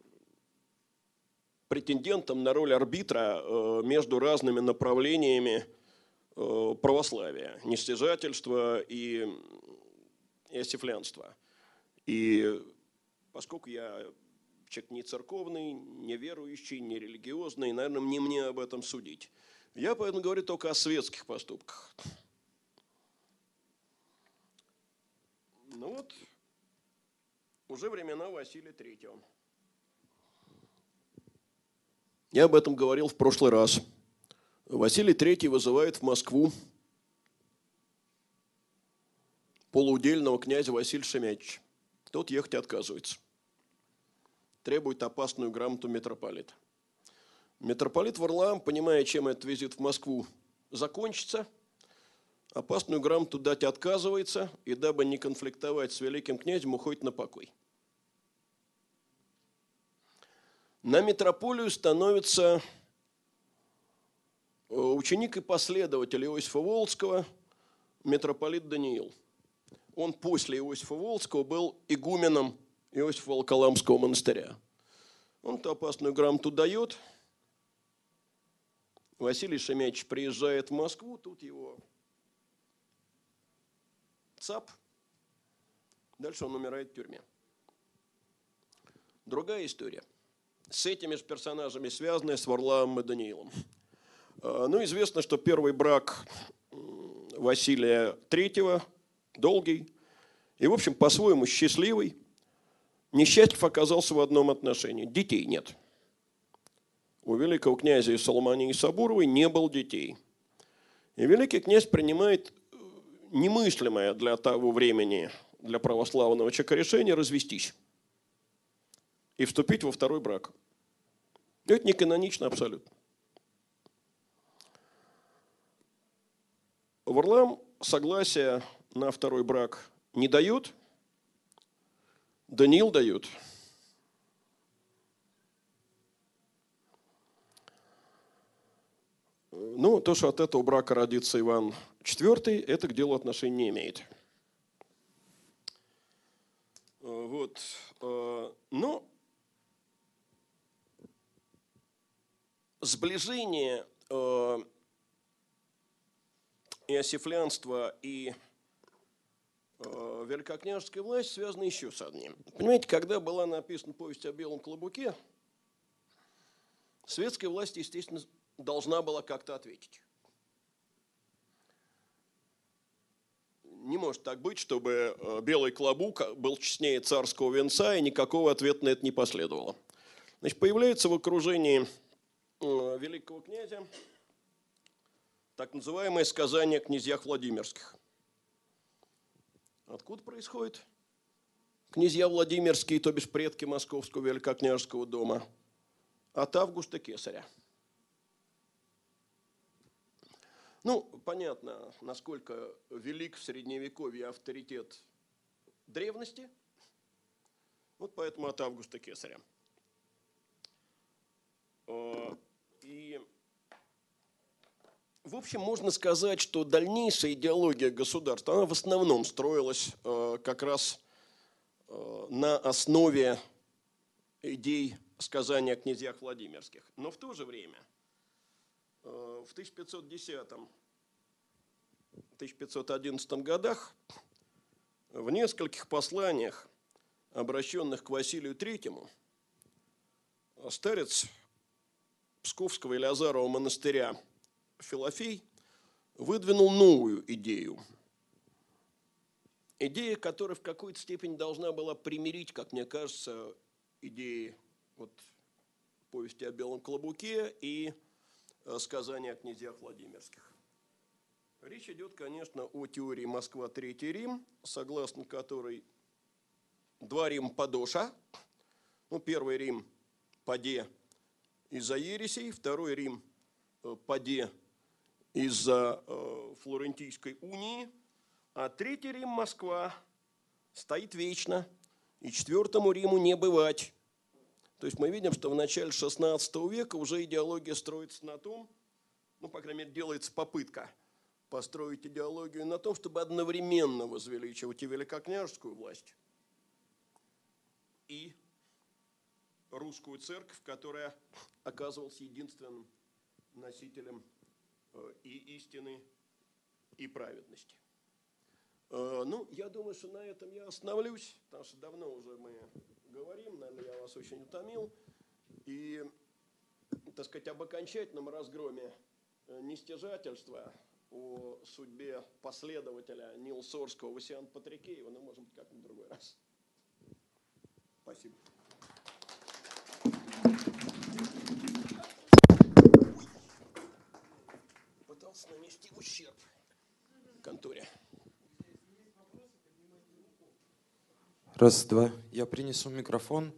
претендентом на роль арбитра между разными направлениями православия, нестяжательства и иосифлянства. И поскольку я человек не церковный, не верующий, не религиозный, наверное, не мне об этом судить. Я поэтому говорю только о светских поступках. Ну вот, уже времена Василия Третьего. Я об этом говорил в прошлый раз. Василий Третий вызывает в Москву полуудельного князя Василия Шемячича. Тот ехать отказывается. Требует опасную грамоту митрополита. Митрополит Варлаам, понимая, чем этот визит в Москву закончится, опасную грамоту дать отказывается, и дабы не конфликтовать с великим князем, уходит на покой. На митрополию становится ученик и последователь Иосифа Волоцкого, митрополит Даниил. Он после Иосифа Волоцкого был игуменом Иосифа Волоколамского монастыря. Он эту опасную грамоту дает. Василий Шемячич приезжает в Москву, тут его цап. Дальше он умирает в тюрьме. Другая история. С этими же персонажами связанная, с Варлаамом и Даниилом. Ну, известно, что первый брак Василия Третьего долгий и, в общем, по-своему счастливый. Несчастлив оказался в одном отношении. Детей нет. У великого князя Соломонии Сабуровой не было детей. И великий князь принимает немыслимое для того времени, для православного человека решение развестись и вступить во второй брак. Это не канонично абсолютно. Варлаам согласия на второй брак не дает, Даниил дает. Ну, то, что от этого брака родится Иван Четвертый, это к делу отношения не имеет. Вот. Но сближение иосифлянства и великокняжеской власти связано еще с одним. Понимаете, когда была написана повесть о Белом Клобуке, светская власть, естественно, должна была как-то ответить. Не может так быть, чтобы Белый Клобук был честнее царского венца, и никакого ответа на это не последовало. Значит, появляется в окружении великого князя так называемое сказание о князьях Владимирских. Откуда происходит? Князья Владимирские, то бишь предки Московского великокняжеского дома, от Августа Кесаря. Ну, понятно, насколько велик в Средневековье авторитет древности. Вот поэтому от Августа Кесаря. И, в общем, можно сказать, что дальнейшая идеология государства, она в основном строилась как раз на основе идей сказания о князьях Владимирских. Но в то же время в тысяча пятьсот десятом — тысяча пятьсот одиннадцатом годах в нескольких посланиях, обращенных к Василию Третьему, старец Псковского Илиазарова монастыря Филофей выдвинул новую идею. Идея, которая в какой-то степени должна была примирить, как мне кажется, идеи вот, повести о Белом Клобуке и сказания о князьях Владимирских. Речь идет, конечно, о теории Москва, Третий Рим, согласно которой два Рима падоша. Ну, первый Рим паде из-за ересей, второй Рим паде из-за э, Флорентийской унии, а третий Рим, Москва, стоит вечно, и четвертому Риму не бывать. То есть мы видим, что в начале шестнадцатого века уже идеология строится на том, ну, по крайней мере, делается попытка построить идеологию на том, чтобы одновременно возвеличивать и великокняжескую власть, и русскую церковь, которая оказывалась единственным носителем и истины, и праведности. Ну, я думаю, что на этом я остановлюсь, потому что давно уже мы говорим, наверное, я вас очень утомил. И, так сказать, об окончательном разгроме нестяжательства, о судьбе последователя Нила Сорского, Василия Патрикеева, ну, может быть, как-нибудь в другой раз. Спасибо. Пытался нанести ущерб конторе. Раз, два. Я принесу микрофон.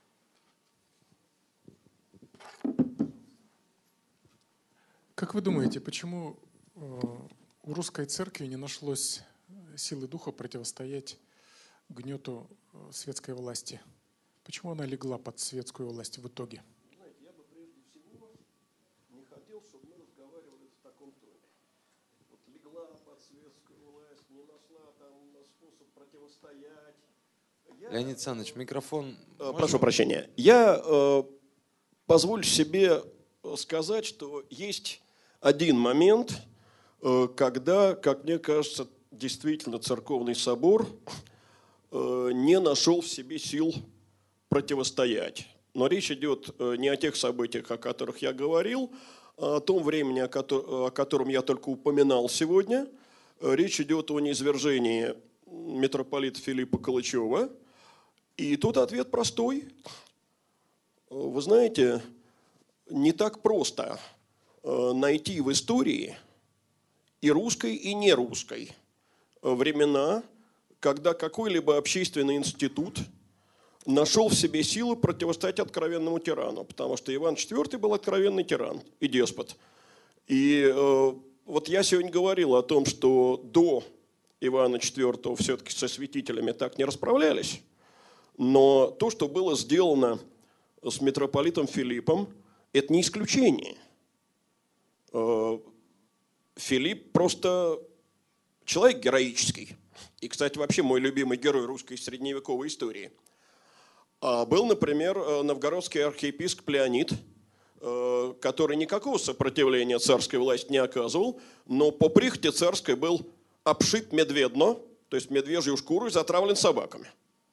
Как вы думаете, почему у русской церкви не нашлось силы духа противостоять гнету светской власти? Почему она легла под светскую власть в итоге? Знаете, я бы прежде всего не хотел, чтобы мы разговаривали в таком тоне. Вот легла под светскую власть, не нашла там способ противостоять. Я, Леонид Александрович, микрофон. Э, прошу прощения. Я э, позволю себе сказать, что есть один момент, э, когда, как мне кажется, действительно церковный собор э, не нашел в себе сил противостоять. Но речь идет не о тех событиях, о которых я говорил, а о том времени, о котором я только упоминал сегодня. Речь идет о низвержении митрополита Филиппа Калычева. И тут ответ простой. Вы знаете, не так просто найти в истории и русской, и нерусской времена, когда какой-либо общественный институт нашел в себе силы противостоять откровенному тирану, потому что Иван Четвёртый был откровенный тиран и деспот. И э, вот я сегодня говорил о том, что до Ивана Четвёртого все-таки со святителями так не расправлялись, но то, что было сделано с митрополитом Филиппом, это не исключение. Э, Филипп просто человек героический. И, кстати, вообще мой любимый герой русской средневековой истории. Был, например, новгородский архиепископ Леонид, который никакого сопротивления царской власти не оказывал, но по прихоти царской был обшит медведно, то есть медвежью шкуру, и затравлен собаками.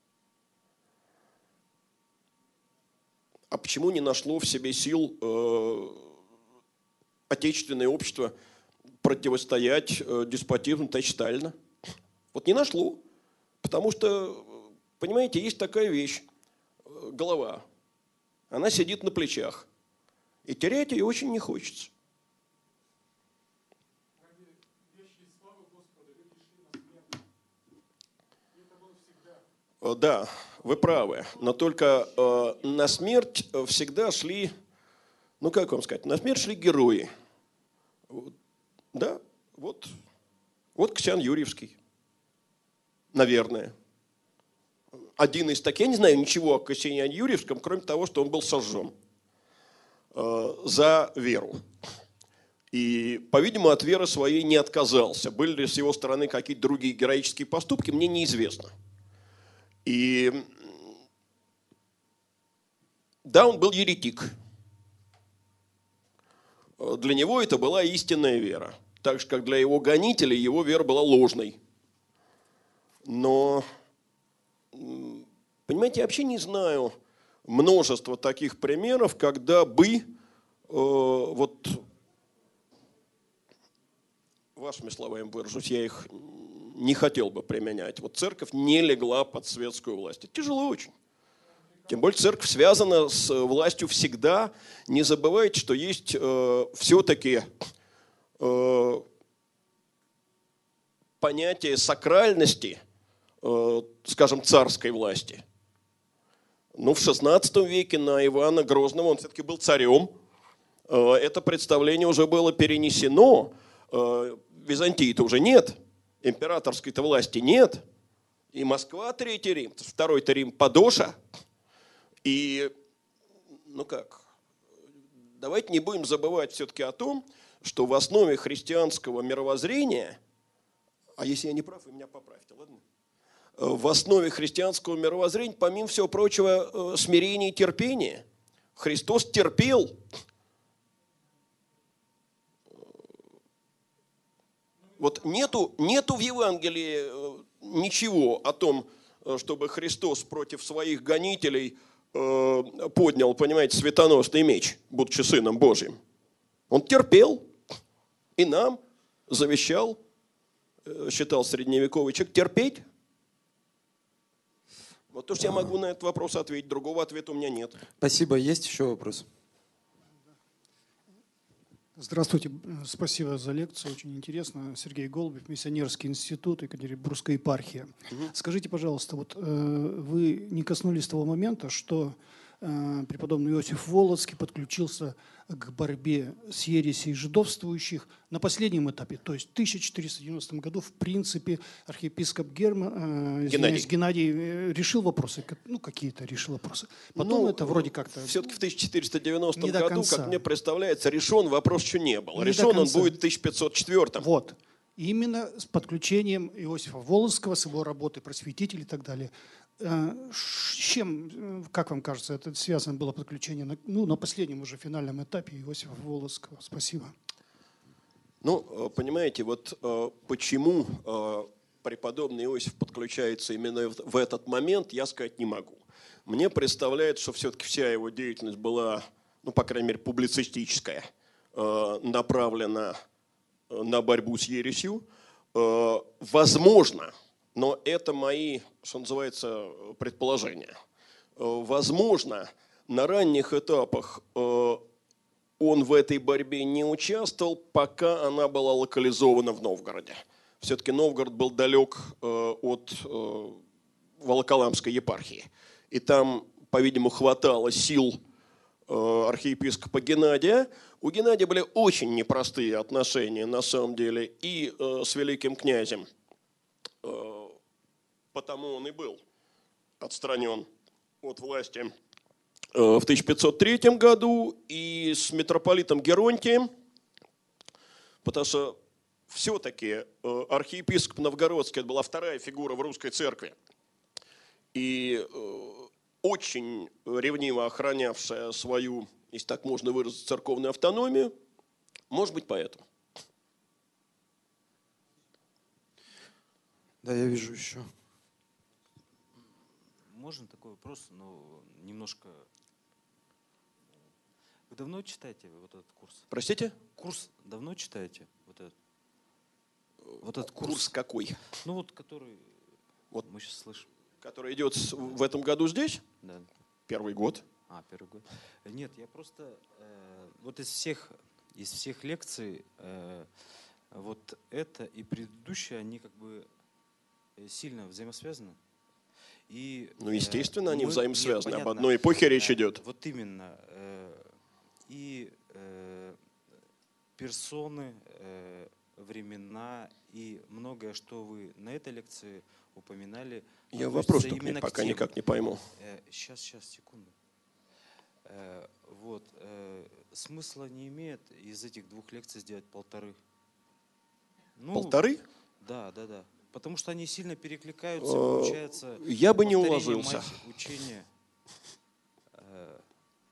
А почему не нашло в себе сил э, отечественное общество противостоять э, деспотизму товарища Сталина? Вот не нашло. Потому что, понимаете, есть такая вещь. Голова. Она сидит на плечах. И терять ее очень не хочется. Да, вы правы. Но только э, на смерть всегда шли, ну как вам сказать, на смерть шли герои. Да, вот, вот Ксян Юрьевский. Наверное. Один из таких, я не знаю ничего о Ксении Юрьевском, кроме того, что он был сожжен э, за веру. И, по-видимому, от веры своей не отказался. Были ли с его стороны какие-то другие героические поступки, мне неизвестно. И Да, он был еретик. Для него это была истинная вера. Так же, как для его гонителей, его вера была ложной. Но, понимаете, я вообще не знаю множество таких примеров, когда бы, э, вот, вашими словами выражусь, я их не хотел бы применять. Вот церковь не легла под светскую власть. Это тяжело очень. Тем более церковь связана с властью всегда. Не забывайте, что есть э, все-таки э, понятие сакральности, э, скажем, царской власти. Ну, в шестнадцатом веке на Ивана Грозного, он все-таки был царем, э, это представление уже было перенесено. Э, Византии-то уже нет, императорской-то власти нет. И Москва, Третий Рим, Второй-то Рим, Подоша. И, ну как, давайте не будем забывать все-таки о том, что в основе христианского мировоззрения, а если я не прав, вы меня поправьте, ладно? В основе христианского мировоззрения, помимо всего прочего, смирение и терпение. Христос терпел. Вот нету, нету в Евангелии ничего о том, чтобы Христос против своих гонителей поднял, понимаете, светоносный меч, будучи Сыном Божьим. Он терпел и нам завещал, считал средневековый человек, терпеть. Вот то, что я могу на этот вопрос ответить, другого ответа у меня нет. Спасибо. Есть еще вопрос? Здравствуйте, спасибо за лекцию, очень интересно. Сергей Голубев, Миссионерский институт, Екатеринбургская епархия. Угу. Скажите, пожалуйста, вот э, вы не коснулись того момента, что э, преподобный Иосиф Волоцкий подключился к борьбе с ересей жидовствующих на последнем этапе, то есть в тысяча четыреста девяностом году, в принципе, архиепископ Герман, э, Геннадий. Геннадий решил вопросы, ну, какие-то решил вопросы. Потом ну, это вроде как-то... Все-таки в тысяча четыреста девяностом году, как мне представляется, решен вопрос еще не был. Не решен он будет в тысяча пятьсот четвёртом. Вот. Именно с подключением Иосифа Волоцкого, с его работы просветитель и так далее. С чем, как вам кажется, это связано было подключение на, ну, на последнем уже финальном этапе Иосифа Волоцкого? Спасибо. Ну, понимаете, вот почему преподобный Иосиф подключается именно в этот момент, я сказать не могу. Мне представляется, что все-таки вся его деятельность была, ну, по крайней мере, публицистическая, направлена на борьбу с ересью. Возможно, но это мои, что называется, предположения. Возможно, на ранних этапах он в этой борьбе не участвовал, пока она была локализована в Новгороде. Все-таки Новгород был далек от Волоколамской епархии. И там, по-видимому, хватало сил архиепископа Геннадия. У Геннадия были очень непростые отношения, на самом деле, и с великим князем. Потому он и был отстранен от власти в тысяча пятьсот третьем году, и с митрополитом Геронтием, потому что все-таки архиепископ Новгородский – это была вторая фигура в русской церкви, и очень ревниво охранявшая свою, если так можно выразить, церковную автономию, может быть, поэтому. Да, я вижу еще. Можно такой вопрос, но немножко... Вы давно читаете вот этот курс? Простите? Курс давно читаете? Вот этот, вот этот курс. Курс какой? Ну вот, который вот, мы сейчас слышим. Который идет в этом году здесь? Да. Первый год. А, первый год. Нет, я просто... Э, вот из всех, из всех лекций э, вот это и предыдущие, они как бы сильно взаимосвязаны. И, ну, естественно, э, они мы, взаимосвязаны. Нет, Об одной эпохе речь э, идет. Вот именно. Э, и э, персоны, э, времена и многое, что вы на этой лекции упоминали. Я вопрос только пока никак не пойму. Э, сейчас, сейчас, секунду. Э, вот. Э, смысла не имеет из этих двух лекций сделать полторы. Ну, полторы? Да, да, да. Потому что они сильно перекликаются, получается... Я бы не уложился. Учение.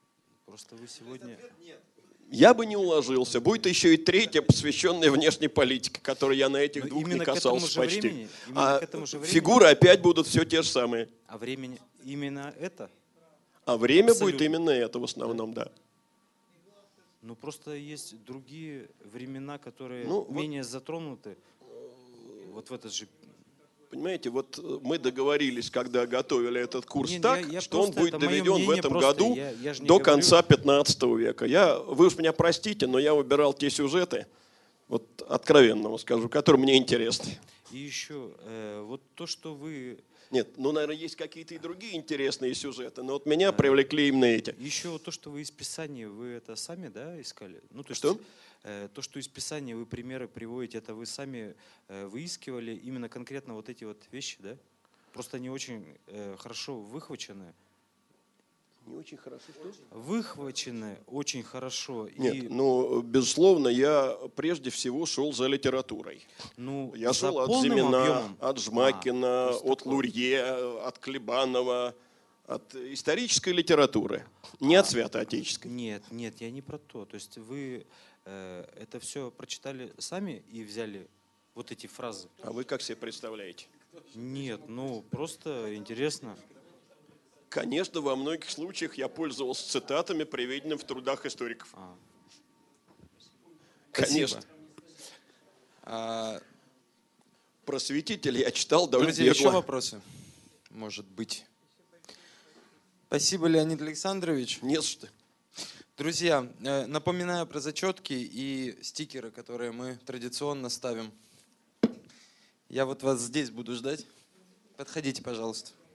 Просто вы сегодня... Я бы не уложился. Будет еще и третья, посвященная внешней политике, которой я на этих Но двух не именно к этому касался же почти. времени- именно А к этому же времени- фигуры опять будут все те же самые. А времени именно это? А время Абсолютно. будет именно это в основном, да. Ну, просто есть другие времена, которые Ну, вот- менее затронуты. Вот в этот же... Понимаете, вот э, мы договорились, когда готовили этот курс Не, так, я- я что он просто- будет это моё доведен в мнение этом просто. году Я- я же не до говорю- конца пятнадцатого века. Я, вы уж меня простите, но я выбирал те сюжеты, вот откровенно вам скажу, которые мне интересны. И еще, э, вот то, что вы... Нет, ну, наверное, есть какие-то и другие интересные сюжеты, но вот меня привлекли именно эти. Еще вот то, что вы из Писания, вы это сами, да, искали? Ну, то есть, Что? э, то, что из Писания вы примеры приводите, это вы сами э, выискивали именно конкретно вот эти вот вещи, да? Просто они очень э, хорошо выхвачены. Не очень хорошо, что? Выхвачены очень хорошо. Нет, и, ну, безусловно, я прежде всего шел за литературой. ну, Я за шел от полным Зимина, объемом. от А, Жмакина, то есть от такое. Лурье, от Клебанова, от исторической литературы, не А. от святоотеческой. Нет, нет, я не про то. То есть вы э, это все прочитали сами и взяли вот эти фразы? А вы как себе представляете? Нет, ну просто интересно. Конечно, во многих случаях я пользовался цитатами, приведенными в трудах историков. А. Конечно. А, Просветитель я читал довольно друзья, еще бегло. вопросы? Может быть. Спасибо, Леонид Александрович. Не за что. Друзья, э, напоминаю про зачетки и стикеры, которые мы традиционно ставим. Я вот вас здесь буду ждать. Подходите, пожалуйста.